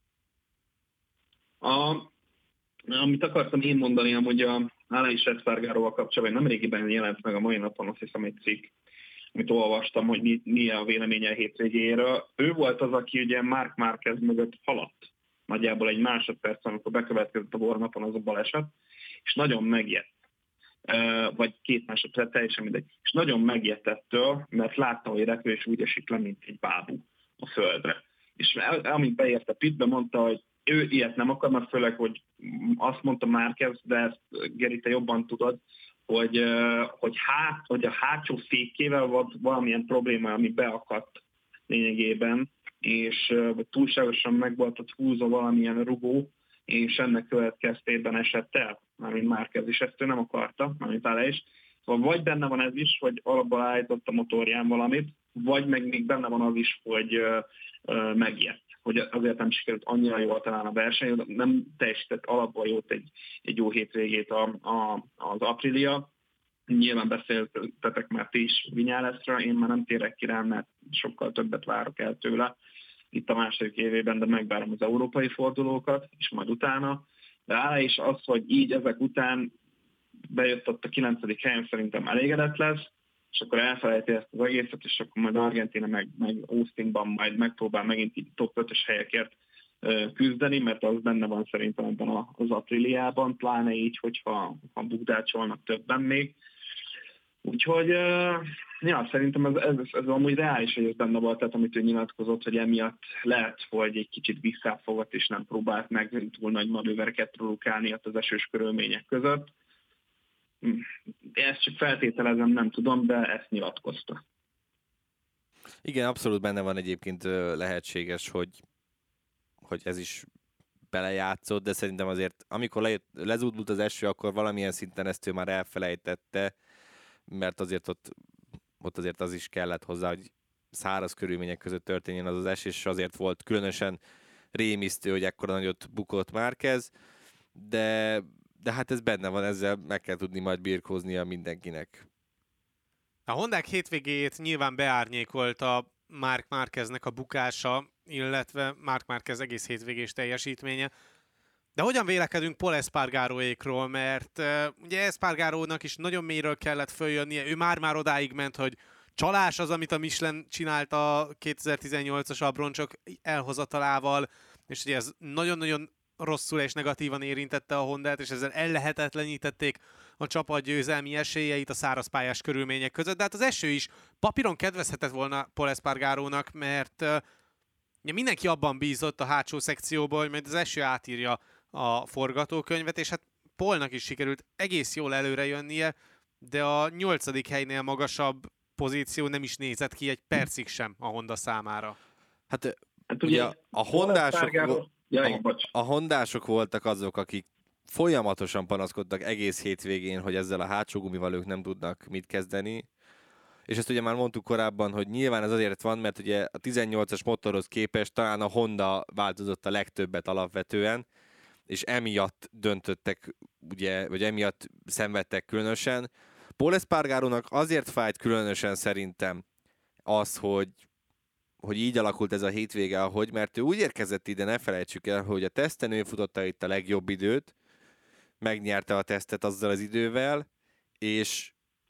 S4: A, amit akartam én mondani, hogy a Aleix Espargaróval kapcsolatban nemrégiben jelent meg a mai napon, azt hiszem egy cikk, amit olvastam, hogy mi, mi a véleménye a hétvégéről. Ő volt az, aki ugye Marc Márquez mögött haladt. Nagyjából egy másodperc, amikor bekövetkezett a bornapon az a baleset, és nagyon megijedt. Vagy két másodperc, teljesen mindegy. És nagyon megijedt ettől, mert látta, hogy repül, és úgy esik le, mint egy bábú a földre. És amint beért a pitbe, mondta, hogy ő ilyet nem akar, mert főleg, hogy azt mondta Márquez, de ezt Geri, te jobban tudod, hogy, hogy, hát, hogy a hátsó fékével volt valamilyen probléma, ami beakadt lényegében, és vagy túlságosan meg volt ott húzva valamilyen rugó, és ennek következtében esett el, mármint Márquez is ezt ő nem akarta, mármint Aleix. Szóval vagy benne van ez is, hogy alapból állított a motorján valamit, vagy meg még benne van az is, hogy uh, uh, megijedt, hogy azért nem sikerült annyira jól talán a verseny, nem teljesített alapból jót egy, egy jó hétvégét a, a, az Aprilia. Nyilván beszéltetek már ti is Viñalesről, én már nem térek ki rá, mert sokkal többet várok el tőle itt a második évében, de megvárom az európai fordulókat, és majd utána. De áll is az, hogy így ezek után bejött ott a kilencedik helyen, szerintem elégedett lesz, és akkor elfelejti ezt az egészet, és akkor majd Argentina meg, meg Austinban majd megpróbál megint így top ötös helyekért küzdeni, mert az benne van szerintem ebben az Apriliában, pláne így, hogyha ha bukdácsolnak többen még. Úgyhogy, ja, szerintem ez, ez, ez amúgy reális, hogy ez benne volt, tehát amit ő nyilatkozott, hogy emiatt lehet, hogy egy kicsit visszafogott, és nem próbált meg túl nagy manővereket produkálni ott az esős körülmények között. Ezt csak feltételezem, nem tudom, de ezt nyilatkozta.
S3: Igen, abszolút benne van egyébként lehetséges, hogy, hogy ez is belejátszott, de szerintem azért, amikor le, lezúdult az eső, akkor valamilyen szinten ezt ő már elfelejtette, mert azért ott, ott azért az is kellett hozzá, hogy száraz körülmények között történjen az az esés, és azért volt különösen rémisztő, hogy ekkora nagyot bukott Márquez, de, de hát ez benne van, ezzel meg kell tudni majd birkóznia mindenkinek.
S2: A Hondák hétvégéjét nyilván beárnyékolta Marc Márqueznek a bukása, illetve Marc Márquez egész hétvégés teljesítménye. De hogyan vélekedünk Pol Espargaróékról, mert uh, ugye Espargarónak is nagyon mélyről kellett följönnie, ő már-már odáig ment, hogy csalás az, amit a Michelin csinált a kétezer-tizennyolcas abroncsok elhozatalával, és ugye ez nagyon-nagyon rosszul és negatívan érintette a Hondát, és ezzel ellehetetlenítették a csapat győzelmi esélyeit a szárazpályás körülmények között, de hát az eső is papíron kedvezhetett volna Pol Espargarónak, mert uh, ugye mindenki abban bízott a hátsó szekcióból, hogy majd az eső átírja a forgatókönyvet, és hát Polnak is sikerült egész jól előre jönnie, de a nyolcadik helynél magasabb pozíció nem is nézett ki egy percig sem a Honda számára.
S3: Hát, hát ugye a, a hondások,
S4: ja,
S3: a, a hondások voltak azok, akik folyamatosan panaszkodtak egész hétvégén, hogy ezzel a hátsó gumival ők nem tudnak mit kezdeni. És ezt ugye már mondtuk korábban, hogy nyilván ez azért van, mert ugye a tizennyolcas motorhoz képest talán a Honda változott a legtöbbet alapvetően, és emiatt döntöttek, ugye, vagy emiatt szenvedtek különösen. Pol Espargarónak azért fájt különösen szerintem az, hogy, hogy így alakult ez a hétvége, ahogy, mert ő úgy érkezett ide, ne felejtsük el, hogy a teszten ő futotta itt a legjobb időt, megnyerte a tesztet azzal az idővel, és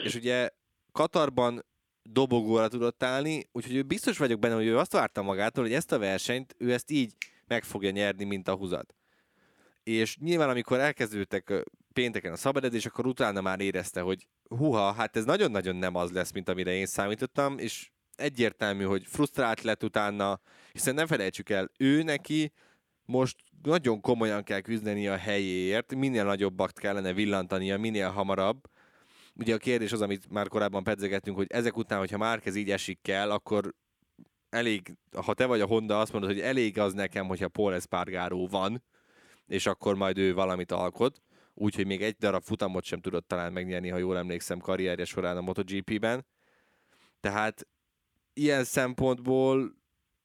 S3: és ugye Katarban dobogóra tudott állni, úgyhogy ő biztos vagyok benne, hogy ő azt várta magától, hogy ezt a versenyt, ő ezt így meg fogja nyerni, mint a húzat. És nyilván, amikor elkezdődtek pénteken a szabadedzés, akkor utána már érezte, hogy huha, hát ez nagyon-nagyon nem az lesz, mint amire én számítottam, és egyértelmű, hogy frusztrált lett utána, hiszen nem felejtsük el, ő neki most nagyon komolyan kell küzdeni a helyéért, minél nagyobbat kellene villantania, minél hamarabb. Ugye a kérdés az, amit már korábban pedzegettünk, hogy ezek után, hogyha Márquez így esik kell, akkor elég, ha te vagy a Honda, azt mondod, hogy elég az nekem, hogyha Pol Espargaró van, és akkor majd ő valamit alkot. Úgyhogy még egy darab futamot sem tudott talán megnyerni, ha jól emlékszem, karrierje során a MotoGP-ben. Tehát ilyen szempontból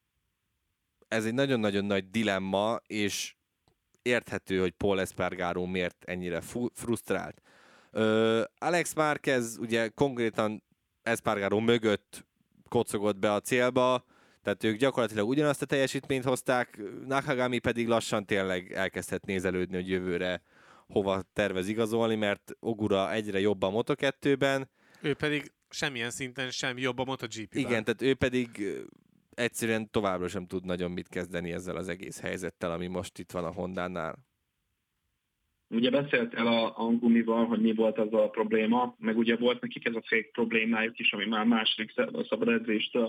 S3: ez egy nagyon-nagyon nagy dilemma, és érthető, hogy Pol Espargaró miért ennyire fu- frusztrált. Ö, Alex Márquez ugye konkrétan Espargaró mögött kocogott be a célba, tehát ők gyakorlatilag ugyanazt a teljesítményt hozták, Nakagami pedig lassan tényleg elkezdhet nézelődni, hogy jövőre hova tervez igazolni, mert Ogura egyre jobb a Moto kettőben.
S2: Ő pedig semmilyen szinten sem jobb a MotoGP-ben.
S3: Igen, tehát ő pedig egyszerűen továbbra sem tud nagyon mit kezdeni ezzel az egész helyzettel, ami most itt van a Hondánál.
S4: Ugye beszéltél a, a gumival, hogy mi volt az a probléma, meg ugye volt nekik ez a fék problémájuk is, ami már második szabadedzést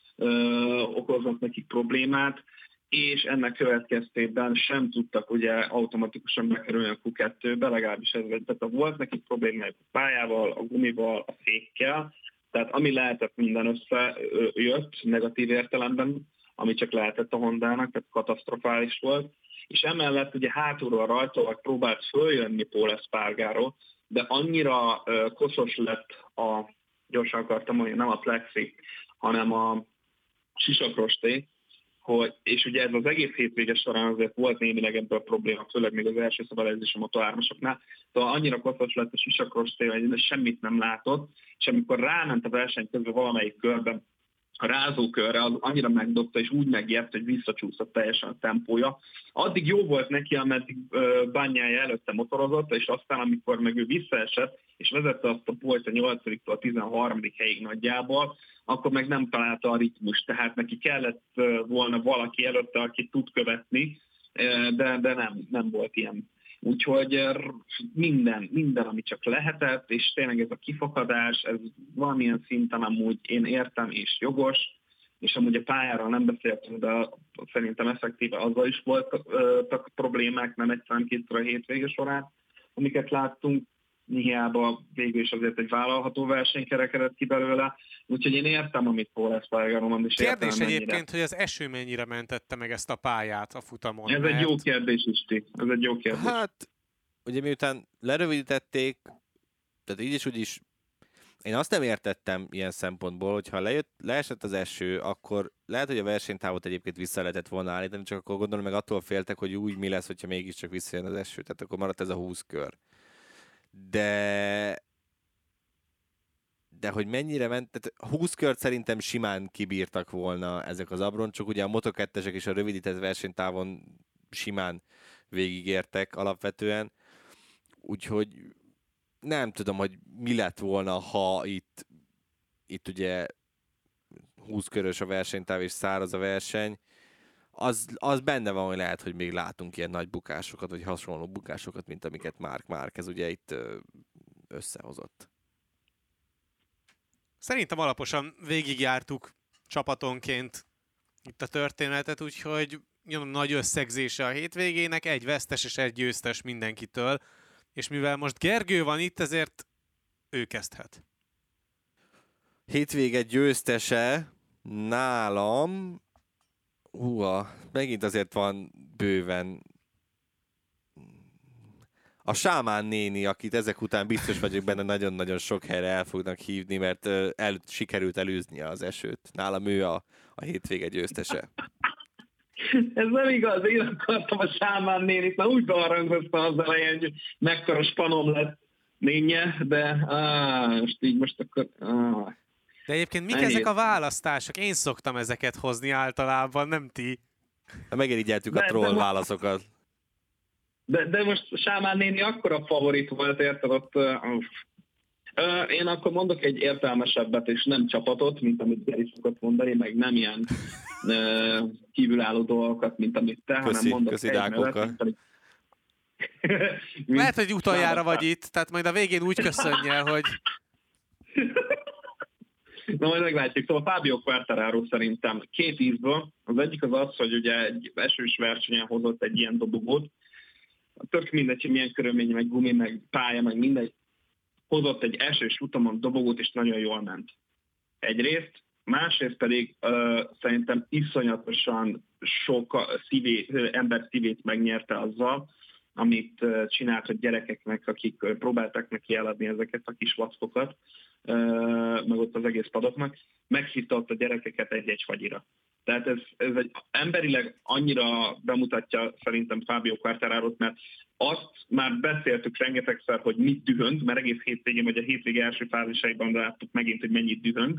S4: okozott nekik problémát, és ennek következtében sem tudtak ugye automatikusan bekerülni a Q kettőbe, legalábbis ez tehát volt nekik problémájuk a pályával, a gumival, a fékkel, tehát ami lehetett, minden összejött negatív értelemben, ami csak lehetett a Hondának, tehát katasztrofális volt, és emellett ugye hátulról rajtól próbált följönni Pol Espargaró, de annyira uh, koszos lett a, gyorsan akartam mondani, nem a plexi, hanem a sisakrosté, hogy, és ugye ez az egész hétvége során azért volt némileg ebből a probléma, főleg még az első szabadedzés a Moto hármasoknál, szóval annyira koszos lett a sisakrosté, hogy semmit nem látott, és amikor ráment a verseny közben valamelyik körben, a rázókörre, az annyira megdobta, és úgy megijedt, hogy visszacsúszott teljesen a tempója. Addig jó volt neki, ameddig Bagnaia előtte motorozott, és aztán, amikor meg ő visszaesett, és vezette azt a Polt a nyolcadiktól a tizenharmadik helyig nagyjából, akkor meg nem találta a ritmus. Tehát neki kellett volna valaki előtte, aki tud követni, de, de nem, nem volt ilyen. Úgyhogy minden, minden, ami csak lehetett, és tényleg ez a kifakadás, ez valamilyen szinten amúgy én értem és jogos, és amúgy a pályáról nem beszéltünk, de szerintem effektíve azzal is voltak problémák, nem egyszerűen kétszer a hétvége során, amiket láttunk, hiába végül is azért egy vállalható verseny kerekedett ki belőle, úgyhogy én értem, amit Pol Espargaró mond, és
S2: kérdés
S4: értem,
S2: egyébként,
S4: mennyire.
S2: hogy az eső mennyire mentette meg ezt a pályát a futamon.
S4: Ez
S2: mert...
S4: egy jó kérdés, Isti. Ez egy jó kérdés.
S3: Hát, ugye miután lerövidítették, tehát így is úgy is, én azt nem értettem ilyen szempontból, hogyha lejött, leesett az eső, akkor lehet, hogy a versenytávot egyébként vissza lehetett volna állítani, csak akkor gondolom meg attól féltek, hogy úgy mi lesz, hogyha mégiscsak visszajön az eső, tehát akkor maradt ez a húsz kör. De de hogy mennyire ment, tehát húsz kört szerintem simán kibírtak volna ezek az abroncsok, ugye a Moto kettesek és a rövidített versenytávon simán végigértek alapvetően, úgyhogy nem tudom, hogy mi lett volna, ha itt, itt ugye húsz körös a versenytáv és száraz a verseny, az, az benne van, hogy lehet, hogy még látunk ilyen nagy bukásokat, vagy hasonló bukásokat, mint amiket Marc Márquez ugye itt összehozott.
S2: Szerintem alaposan végigjártuk csapatonként itt a történetet, úgyhogy jön nagy összegzése a hétvégének, egy vesztes és egy győztes mindenkitől, és mivel most Gergő van itt, ezért ő kezdhet.
S3: Hétvége győztese nálam, húha, megint azért van bőven a Sámán néni, akit ezek után biztos vagyok benne nagyon-nagyon sok helyre el fognak hívni, mert el, sikerült elűznie az esőt. Nálam ő a, a hétvége győztese.
S4: Ez nem igaz, én akartam a Sámán nénit, már úgy bearangoztam az elején, hogy mekkora spanom lett nénye, de á, most így most akkor... Á.
S2: De egyébként mik
S4: Ennyi.
S2: ezek a választások? Én szoktam ezeket hozni általában, nem ti.
S3: Megirigyeltük a
S4: De-
S3: troll
S4: de-
S3: válaszokat.
S4: De, de most Sámán néni akkora favorit volt, érted, ott uh, Én akkor mondok egy értelmesebbet, és nem csapatot, mint amit Geri szokott mondani, meg nem ilyen kívülálló dolgokat, mint amit te,
S3: köszi,
S4: hanem mondok
S3: köszi
S4: egy nevet, mint amit...
S2: Lehet, hogy utoljára vagy itt, tehát majd a végén úgy köszönjél, hogy...
S4: Na majd meglátjuk. Szóval Fábio Quartararo szerintem két ízből. Az egyik az az, hogy ugye egy esős versenyen hozott egy ilyen dobogót. Tök mindegy, hogy milyen körülmény, meg gumi, meg pálya, meg mindegy. Hozott egy esős utamon dobogót, és nagyon jól ment. Egyrészt. Másrészt pedig uh, szerintem iszonyatosan sok szívé, ember szívét megnyerte azzal, amit uh, csinált a gyerekeknek, akik uh, próbálták neki eladni ezeket a kis vackokat, uh, meg ott az egész padoknak, meghívta ott a gyerekeket egy-egy fagyira. Tehát ez, ez egy emberileg annyira bemutatja szerintem Fábio Quartararo-t, mert azt már beszéltük rengetegszer, hogy mit dühöng, mert egész hétvégén, vagy a hétvége első fázisaiban láttuk megint, hogy mennyit dühöng.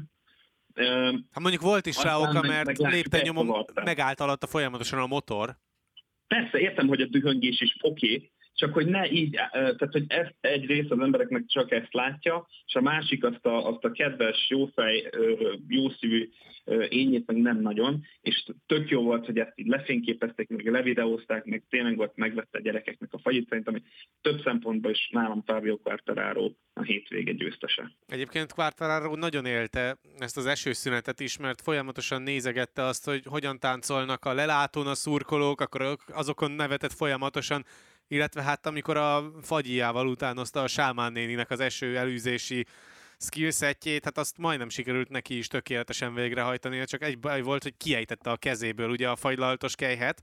S2: Hát mondjuk volt is rá oka, mert lépten nyomon megállt alatta folyamatosan a motor.
S4: Persze, értem, hogy a dühöngés is oké, okay, csak hogy ne így, tehát hogy ezt egyrészt az embereknek csak ezt látja, és a másik azt a, azt a kedves, jófej, jószívű ényét meg nem nagyon, és tök jó volt, hogy ezt így lefényképezték, meg levideózták, meg tényleg volt megvette a gyerekeknek a fagyit, szerintem több szempontból is nálam Fábio Quartararo a hétvége győztese.
S2: Egyébként Quartararo nagyon élte ezt az esőszünetet is, mert folyamatosan nézegette azt, hogy hogyan táncolnak a lelátón a szurkolók, akkor azokon nevetett folyamatosan, illetve hát amikor a fagyijával utánozta a Sálmán néninek az eső elűzési skillsetjét, hát azt majdnem sikerült neki is tökéletesen végrehajtani, csak egy baj volt, hogy kiejtette a kezéből ugye a fagylaltos kejhet.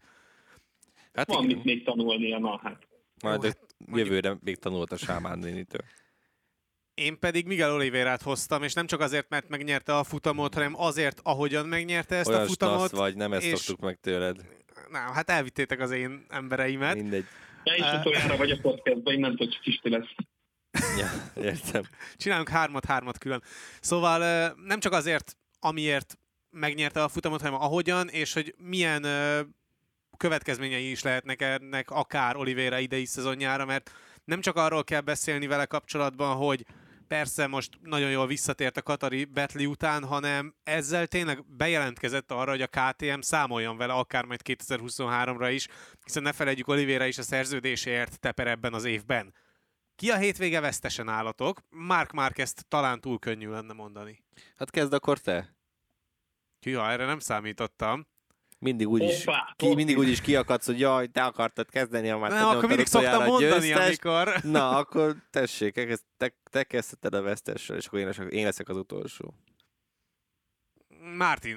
S4: Hát van mit még tanulnia, na hát.
S3: Majd hát, jövőre mondjuk... még tanult a Sálmán nénitől.
S2: Én pedig Miguel Oliveirát hoztam, és nem csak azért, mert megnyerte a futamot, hanem azért, ahogyan megnyerte ezt
S3: olyan
S2: a futamot.
S3: Olyan vagy, nem ezt és... szoktuk meg tőled.
S2: Na, hát elvittétek az én embereimet.
S3: Mindegy.
S4: Te is utoljára vagy a podcastban, innen tudsz, hogy Pisti lesz.
S3: Ja, értem.
S2: Csinálunk hármat-hármat külön. Szóval nem csak azért, amiért megnyerte a futamot, hanem ahogyan, és hogy milyen következményei is lehetnek ennek akár Oliveira idei szezonjára, mert nem csak arról kell beszélni vele kapcsolatban, hogy persze most nagyon jól visszatért a katari Betli után, hanem ezzel tényleg bejelentkezett arra, hogy a ká té em számoljon vele akár majd kétezer-huszonháromra is, hiszen ne felejtjük, Oliveira is a szerződéséért teper ebben az évben. Ki a hétvége vesztesen állatok? Marc Márquezt talán túl könnyű lenne mondani.
S3: Hát kezd akkor te.
S2: Hűha, erre nem számítottam.
S3: Mindig úgy is, ki, mindig úgy is kiakadsz, hogy jaj, te akartad kezdeni, ha már
S2: nem, akkor mindig szoktam mondani,
S3: győztest.
S2: amikor...
S3: Na, akkor tessék, te, te kezdheted a vesztessel, és akkor én, én leszek az utolsó.
S2: Martin.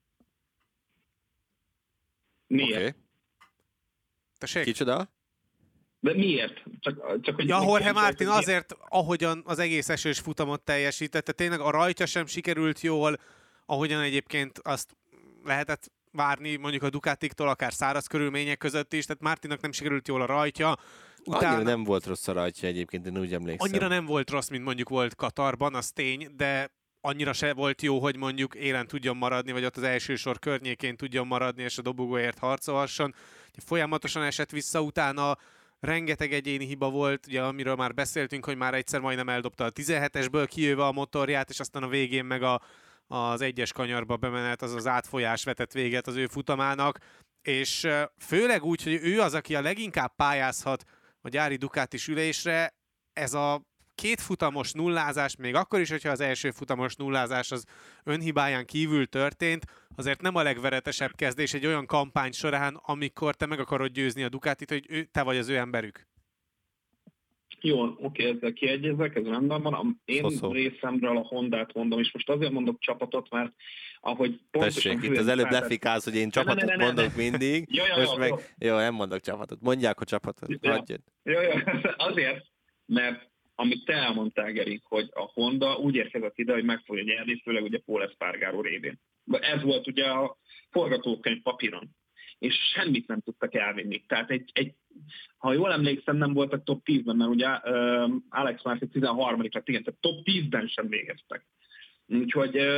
S4: Miért?
S3: Okay.
S2: Tessék?
S3: Kicsoda?
S4: De miért? Csak, csak, hogy
S2: ja, Jorge Martin azért, ahogyan az egész esős futamot teljesítette, tényleg a rajtja sem sikerült jól, ahogyan egyébként azt lehetett várni mondjuk a Ducatiktól, akár száraz körülmények között is, tehát Martinnak nem sikerült jól a rajtja.
S3: Utána... Annyira nem volt rossz a rajtja egyébként, én úgy emlékszem.
S2: Annyira nem volt rossz, mint mondjuk volt Katarban, az tény, de annyira se volt jó, hogy mondjuk élen tudjon maradni, vagy ott az első sor környékén tudjon maradni, és a dobogóért harcolhasson. Folyamatosan esett vissza, utána rengeteg egyéni hiba volt, ugye, amiről már beszéltünk, hogy már egyszer majdnem eldobta a tizenhetesből kijöve a motorját, és aztán a végén meg a az egyes kanyarba bemenet, az az átfolyás vetett véget az ő futamának, és főleg úgy, hogy ő az, aki a leginkább pályázhat a gyári Ducatis ülésre, ez a két futamos nullázás, még akkor is, hogyha az első futamos nullázás az önhibáján kívül történt, azért nem a legveretesebb kezdés egy olyan kampány során, amikor te meg akarod győzni a Ducatit, hogy ő, te vagy az ő emberük.
S4: Jó, oké, ezzel kiegyezek, ez rendben van. Én Hosszó. részemről a Hondát mondom, és most azért mondok csapatot, mert ahogy
S3: pontosan... Tessék, itt az előbb lefikálsz, hogy én csapatot ne, ne, ne, ne, mondok ne. mindig, jó, jó, most jó, meg... Jó. jó, nem mondok csapatot. Mondják a csapatot, jó. hagyjad.
S4: Jó, jó, azért, mert amit te elmondtál, Geri, hogy a Honda úgy érkezett ide, hogy meg fogja nyerni, főleg ugye Pol Espargaró révén. Ez volt ugye a forgatókönyv papíron, és semmit nem tudtak elvinni. Tehát egy, egy ha jól emlékszem, nem voltak top tízben, mert ugye uh, Alex Marquez tizenharmadik lett, igen, tehát top tízben sem végeztek. Úgyhogy uh,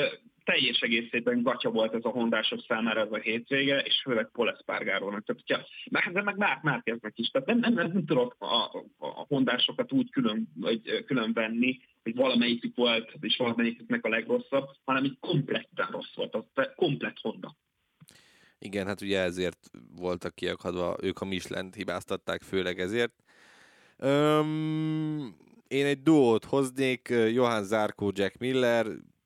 S4: teljes egészében gatya volt ez a hondások számára ez a hétvége, és főleg Pol Espargarónak. Tehát, hogyha, de meg Marc Márqueznek is. Tehát nem, nem, nem, nem tudok a, a, a hondásokat úgy külön, vagy külön venni, hogy valamelyikük volt, és valamelyiküknek a legrosszabb, hanem így kompletten rossz volt. Az komplett Honda.
S3: Igen, hát ugye ezért voltak kiakadva, ők a Michelin-t hibáztatták főleg ezért. Öm, én egy duót hoznék, Johann Zarco, Jack Miller,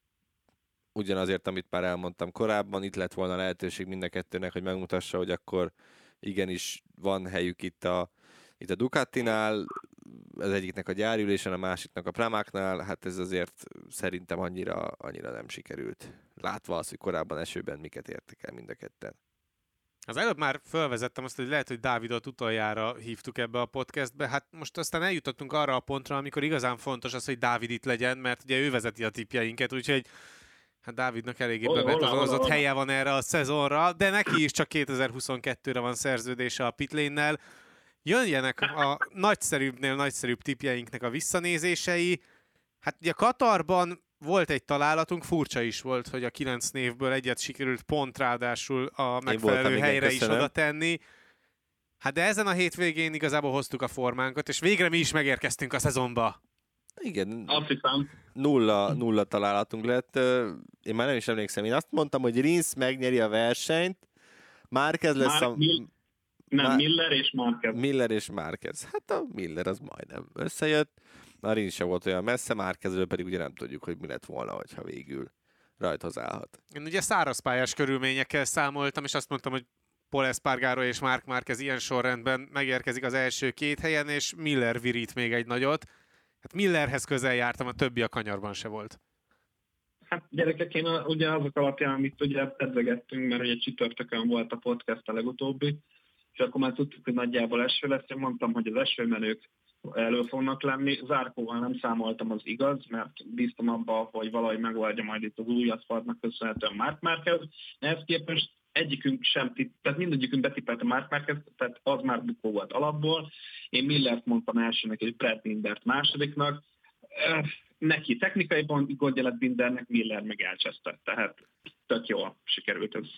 S3: ugyanazért, amit már elmondtam korábban, itt lett volna lehetőség mind a kettőnek, hogy megmutassa, hogy akkor igenis van helyük itt a, itt a Ducatinál, az egyiknek a gyárülésen, a másiknak a Pramáknál, hát ez azért szerintem annyira, annyira nem sikerült. Látva azt, hogy korábban esőben miket értek el mind a ketten.
S2: Az előbb már felvezettem azt, hogy lehet, hogy Dávidot utoljára hívtuk ebbe a podcastbe. Hát most aztán eljutottunk arra a pontra, amikor igazán fontos az, hogy Dávid itt legyen, mert ugye ő vezeti a tippjeinket, úgyhogy hát Dávidnak eléggé bebetonozott helye van erre a szezonra, de neki is csak kétezer-huszonkettőre van szerződése a Pitlane-nel. Jönjenek a nagyszerűbbnél nagyszerűbb tippjeinknek a visszanézései. Hát ugye Katarban volt egy találatunk, furcsa is volt, hogy a kilenc névből egyet sikerült pont ráadásul a megfelelő voltam, helyre igen, is oda tenni. Hát de ezen a hétvégén igazából hoztuk a formánkat, és végre mi is megérkeztünk a szezonba.
S3: Igen,
S4: azt hiszem.
S3: Nulla, nulla találatunk lett. Én már nem is emlékszem. Én azt mondtam, hogy Rins megnyeri a versenyt, Márquez lesz
S4: Már,
S3: a...
S4: Mi... Nem, Már... Miller és Márquez.
S3: Miller és Márquez. Hát a Miller az majdnem összejött. A Rins sem volt olyan messze, Márquezről pedig ugye nem tudjuk, hogy mi lett volna, hogyha végül rajthoz állhat.
S2: Én ugye szárazpályás körülményekkel számoltam, és azt mondtam, hogy Pol Espargaró és Marc Márquez ilyen sorrendben megérkezik az első két helyen, és Miller virít még egy nagyot. Hát Millerhez közel jártam, a többi a kanyarban se volt.
S4: Hát gyerekek, én a, ugye azok alapján, amit ugye pedzegettünk, mert ugye csütörtökön volt a podcast a legutóbbi, és akkor már tudtuk, hogy nagyjából eső lesz. Én mondtam, hogy az esőmenők elő fognak lenni. Zárkóval nem számoltam, az igaz, mert bíztam abba, hogy valahogy megoldja majd itt az új aszfaltnak köszönhetően Marc Márquez. Ehhez képest egyikünk sem tipp, tehát mindegyikünk betippelte Marc Márquez, tehát az már bukó volt alapból. Én Millert mondtam elsőnek, és Brad Bindert másodiknak. Neki technikai gondja lett Bindernek, Miller meg elcsesztett, tehát tök jól sikerült ez.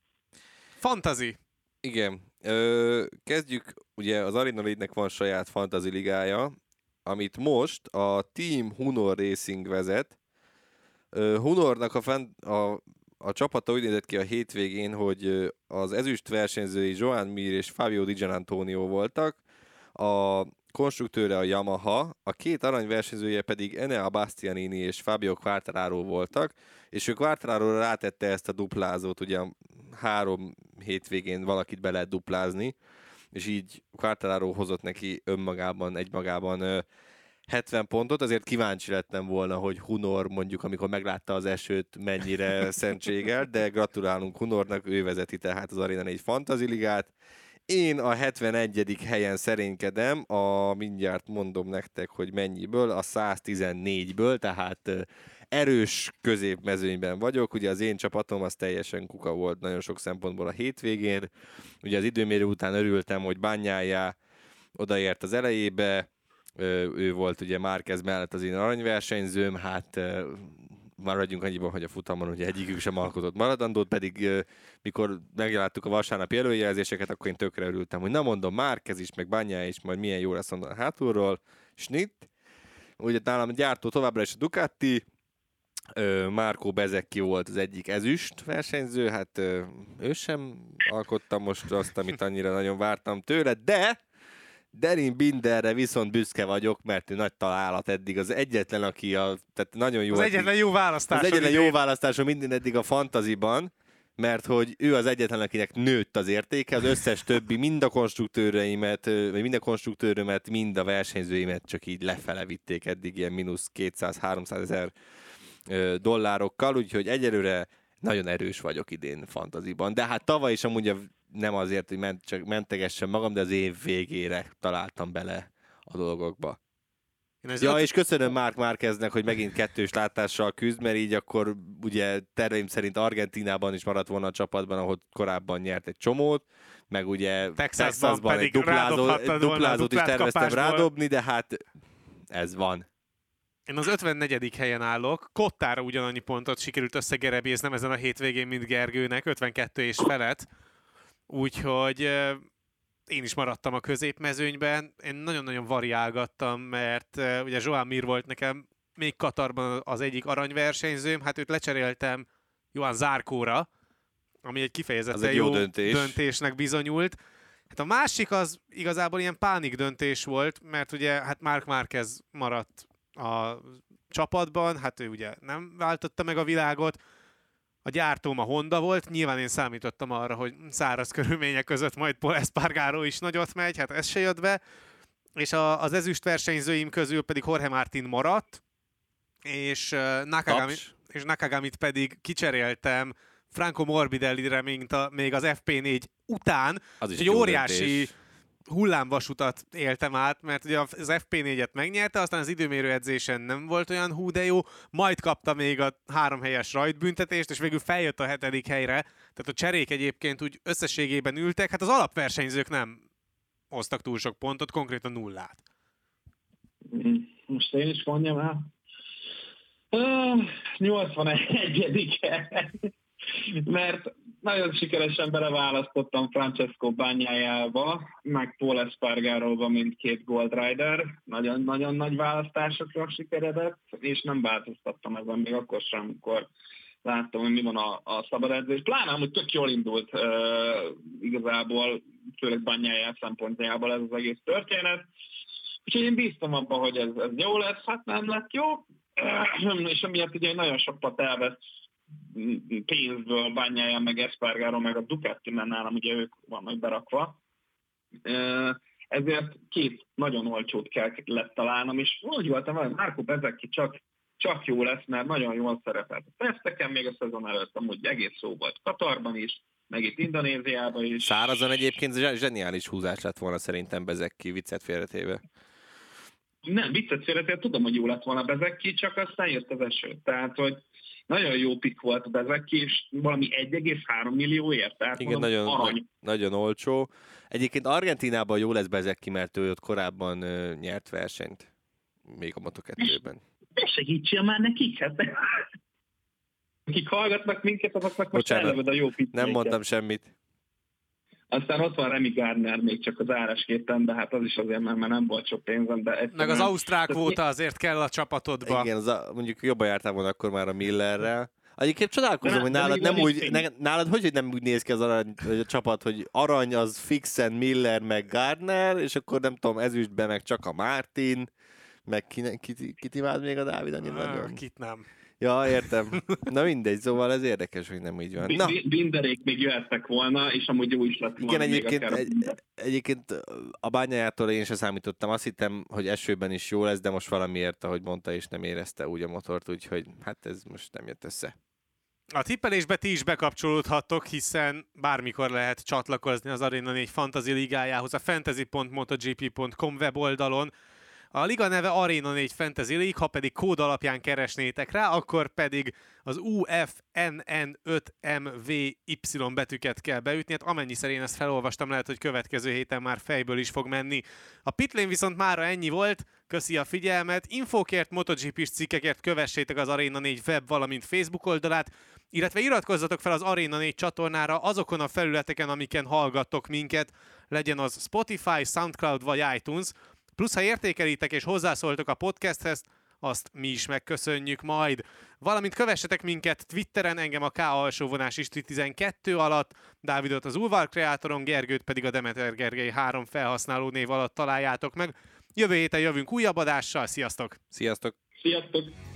S2: Fantasy.
S3: Igen. Ö, kezdjük, ugye az Arena League-nek van saját fantasy ligája, amit most a Team Hunor Racing vezet. Ö, Hunornak a, fent, a, a csapata úgy nézett ki a hétvégén, hogy az ezüst versenyzői Joan Mir és Fabio Di Gianantonio voltak, a konstruktőre a Yamaha, a két arany versenyzője pedig Enea Bastianini és Fabio Quartararo voltak, és ő Quartararo rátette ezt a duplázót, ugye három hétvégén valakit be lehet duplázni, és így Quartararo hozott neki önmagában, egymagában hetven pontot, azért kíváncsi lettem volna, hogy Hunor mondjuk, amikor meglátta az esőt, mennyire szentségel, de gratulálunk Hunornak, ő vezeti tehát az Arena négy Fantasy Ligát. Én a hetvenegyedik helyen szerénykedem, a mindjárt mondom nektek, hogy mennyiből, a száztizennégyből, tehát erős középmezőnyben vagyok. Ugye az én csapatom az teljesen kuka volt nagyon sok szempontból a hétvégén. Ugye az időmérő után örültem, hogy Bagnaia odaért az elejébe, ő volt ugye Márquez mellett az én aranyversenyzőm, hát maradjunk annyiban, hogy a futamon ugye egyikük sem alkotott maradandót, pedig mikor megláttuk a vasárnapi előjelzéseket, akkor én tökre örültem, hogy na mondom, Márquez is, meg Bagnaia is, majd milyen jó lesz onnan a hátulról. Schnitt. Ugye nálam a gyártó továbbra is a Ducati, Márkó Bezecchi volt az egyik ezüst versenyző, hát ő sem alkotta most azt, amit annyira nagyon vártam tőle, de Derin Binderre viszont büszke vagyok, mert ő nagy találat eddig, az egyetlen, aki a, tehát nagyon jó.
S2: Az eddig, egyetlen jó választásom.
S3: Az egyetlen jó választásom minden eddig a fantaziban, mert hogy ő az egyetlen, akinek nőtt az értéke, az összes többi, mind a konstruktőreimet, vagy mind a konstruktőrömet, mind a versenyzőimet csak így lefele vitték eddig ilyen mínusz kétszáz-háromszázezer dollárokkal, úgyhogy egyelőre nagyon erős vagyok idén fantaziban. De hát tavaly is amúgy nem azért, hogy ment, csak mentegessem magam, de az év végére találtam bele a dolgokba. Ja, öt... és köszönöm Marc Márqueznek, hogy megint kettős látással küzd, mert így akkor ugye terveim szerint Argentínában is maradt volna a csapatban, ahol korábban nyert egy csomót, meg ugye
S2: Texasban,
S3: Texasban egy duplázó, duplázót is terveztem
S2: kapásból.
S3: rádobni, de hát ez van.
S2: Én az ötvennegyedik helyen állok, Kottára ugyanannyi pontot sikerült összegerebéznem ezen a hétvégén, mint Gergőnek, ötvenkettő és felett. Úgyhogy én is maradtam a középmezőnyben. Én nagyon-nagyon variálgattam, mert ugye Joan Mir volt nekem még Katarban az egyik aranyversenyzőm, hát őt lecseréltem Johan Zarcóra, ami egy kifejezetten
S3: egy jó
S2: jó
S3: döntés.
S2: döntésnek bizonyult. Hát a másik az igazából ilyen pánik döntés volt, mert ugye hát Marc Márquez maradt a csapatban, hát ő ugye nem váltotta meg a világot, a gyártóm a Honda volt, nyilván én számítottam arra, hogy száraz körülmények között majd Pol Espargaró is nagyot megy, hát ez se jött be, és a, az ezüst versenyzőim közül pedig Jorge Martin maradt, és uh, Nakagami, és Nakagamit pedig kicseréltem Franco Morbidelli-re még, a, még az ef pé négy után,
S3: az is
S2: egy óriási döntés. Hullámvasutat éltem át, mert ugye az ef pé négyet megnyerte, aztán az időmérő edzésen nem volt olyan hú de jó, majd kapta még a három helyes rajtbüntetést, és végül feljött a hetedik helyre, tehát a cserék egyébként úgy összességében ültek, hát az alapversenyzők nem hoztak túl sok pontot, konkrétan nullát.
S4: Most én is mondjam el. Uh, nyolcvanegyedik mert nagyon sikeresen beleválasztottam Francesco Bagnaia-ba, meg Pol Espargaróba, mint két Gold Rider. Nagyon-nagyon nagy választásokra sikeredett, és nem változtattam ezen még akkor sem, amikor láttam, hogy mi van a, a szabad edzés. Pláne, hogy tök jól indult uh, igazából, főleg Bagnaia szempontjából ez az egész történet. Úgyhogy én bíztam abban, hogy ez, ez jó lesz, hát nem lett jó. Uh, és amiatt ugye nagyon sokat elvesz pénzből Bagnaia, meg Espargaró, meg a Ducati, mert nálam ugye ők vannak berakva. Ezért két nagyon olcsót kell lett találnom, és úgy voltam, hogy Marco Bezzecchi csak, csak jó lesz, mert nagyon jól szerepelt a teszteken, még a szezon előtt amúgy egész szó volt Katarban is, meg itt Indonéziában is.
S3: Szárazon egyébként zseniális húzás lett volna szerintem Bezzecchi, viccet félretéve.
S4: Nem, viccet félretéve, tudom, hogy jó lett volna Bezzecchi, csak aztán jött az eső. Tehát, hogy nagyon jó pick volt a Bezzecchi, és valami egy egész három millióért. Tehát
S3: igen,
S4: mondom,
S3: nagyon,
S4: arany.
S3: nagyon olcsó. Egyébként Argentínában jó lesz Bezzecchi, mert ő ott korábban uh, nyert versenyt. Még a moto kettőben.
S4: Ne segítsél már nekik, hát. Akik hallgatnak minket, azoknak most elnöved a jó pick.
S3: Nem mondtam semmit.
S4: Aztán ott van Remy Gardner még csak az árásképpen, de hát az is azért, mert nem volt sok pénzem. De
S2: meg az ausztrál kvóta azért kell a csapatodba.
S3: Igen, az a, mondjuk jobban jártál volna akkor már a Millerrel. Egyébként csodálkozom, hogy nálad nem úgy, ne, nálad hogy, hogy nem úgy néz ki az arany, a csapat, hogy arany az fixen Miller meg Gardner, és akkor nem tudom, ezüstben meg csak a Martin, meg ki, ki, kit imád még a Dávid annyira
S2: ah,
S3: nagyon?
S2: Kit nem.
S3: Ja, értem. Na mindegy, szóval ez érdekes, hogy nem így van. Na.
S4: Binderék még jöhettek volna, és amúgy jó is lett volna.
S3: Igen, egyébként, egy, egyébként a Bagnaia-tól én sem számítottam. Azt hittem, hogy esőben is jó lesz, de most valamiért, ahogy mondta, és nem érezte úgy a motort, úgyhogy hát ez most nem jött össze.
S2: A tippelésbe ti is bekapcsolódhattok, hiszen bármikor lehet csatlakozni az Arena négy Fantasy Ligájához a fantasy pont motogp pont com weboldalon. A liga neve Arena négy Fantasy League, ha pedig kód alapján keresnétek rá, akkor pedig az U F N N öt M V Y betűket kell beütni, hát amennyiszer én ezt felolvastam, lehet, hogy következő héten már fejből is fog menni. A pitlane viszont mára ennyi volt, köszi a figyelmet, infókért, MotoGP-s cikkekért kövessétek az Arena négy web, valamint Facebook oldalát, illetve iratkozzatok fel az Arena négy csatornára azokon a felületeken, amiken hallgattok minket, legyen az Spotify, SoundCloud vagy iTunes. Plusz, ha értékelitek és hozzászóltok a podcasthez, azt mi is megköszönjük majd. Valamint kövessetek minket Twitteren, engem a K alsóvonás Istri tizenkettő alatt, Dávidot az Ulvar Kreátoron, Gergőt pedig a Demeter Gergely három felhasználó név alatt találjátok meg. Jövő héten jövünk újabb adással, sziasztok!
S3: Sziasztok!
S4: Sziasztok!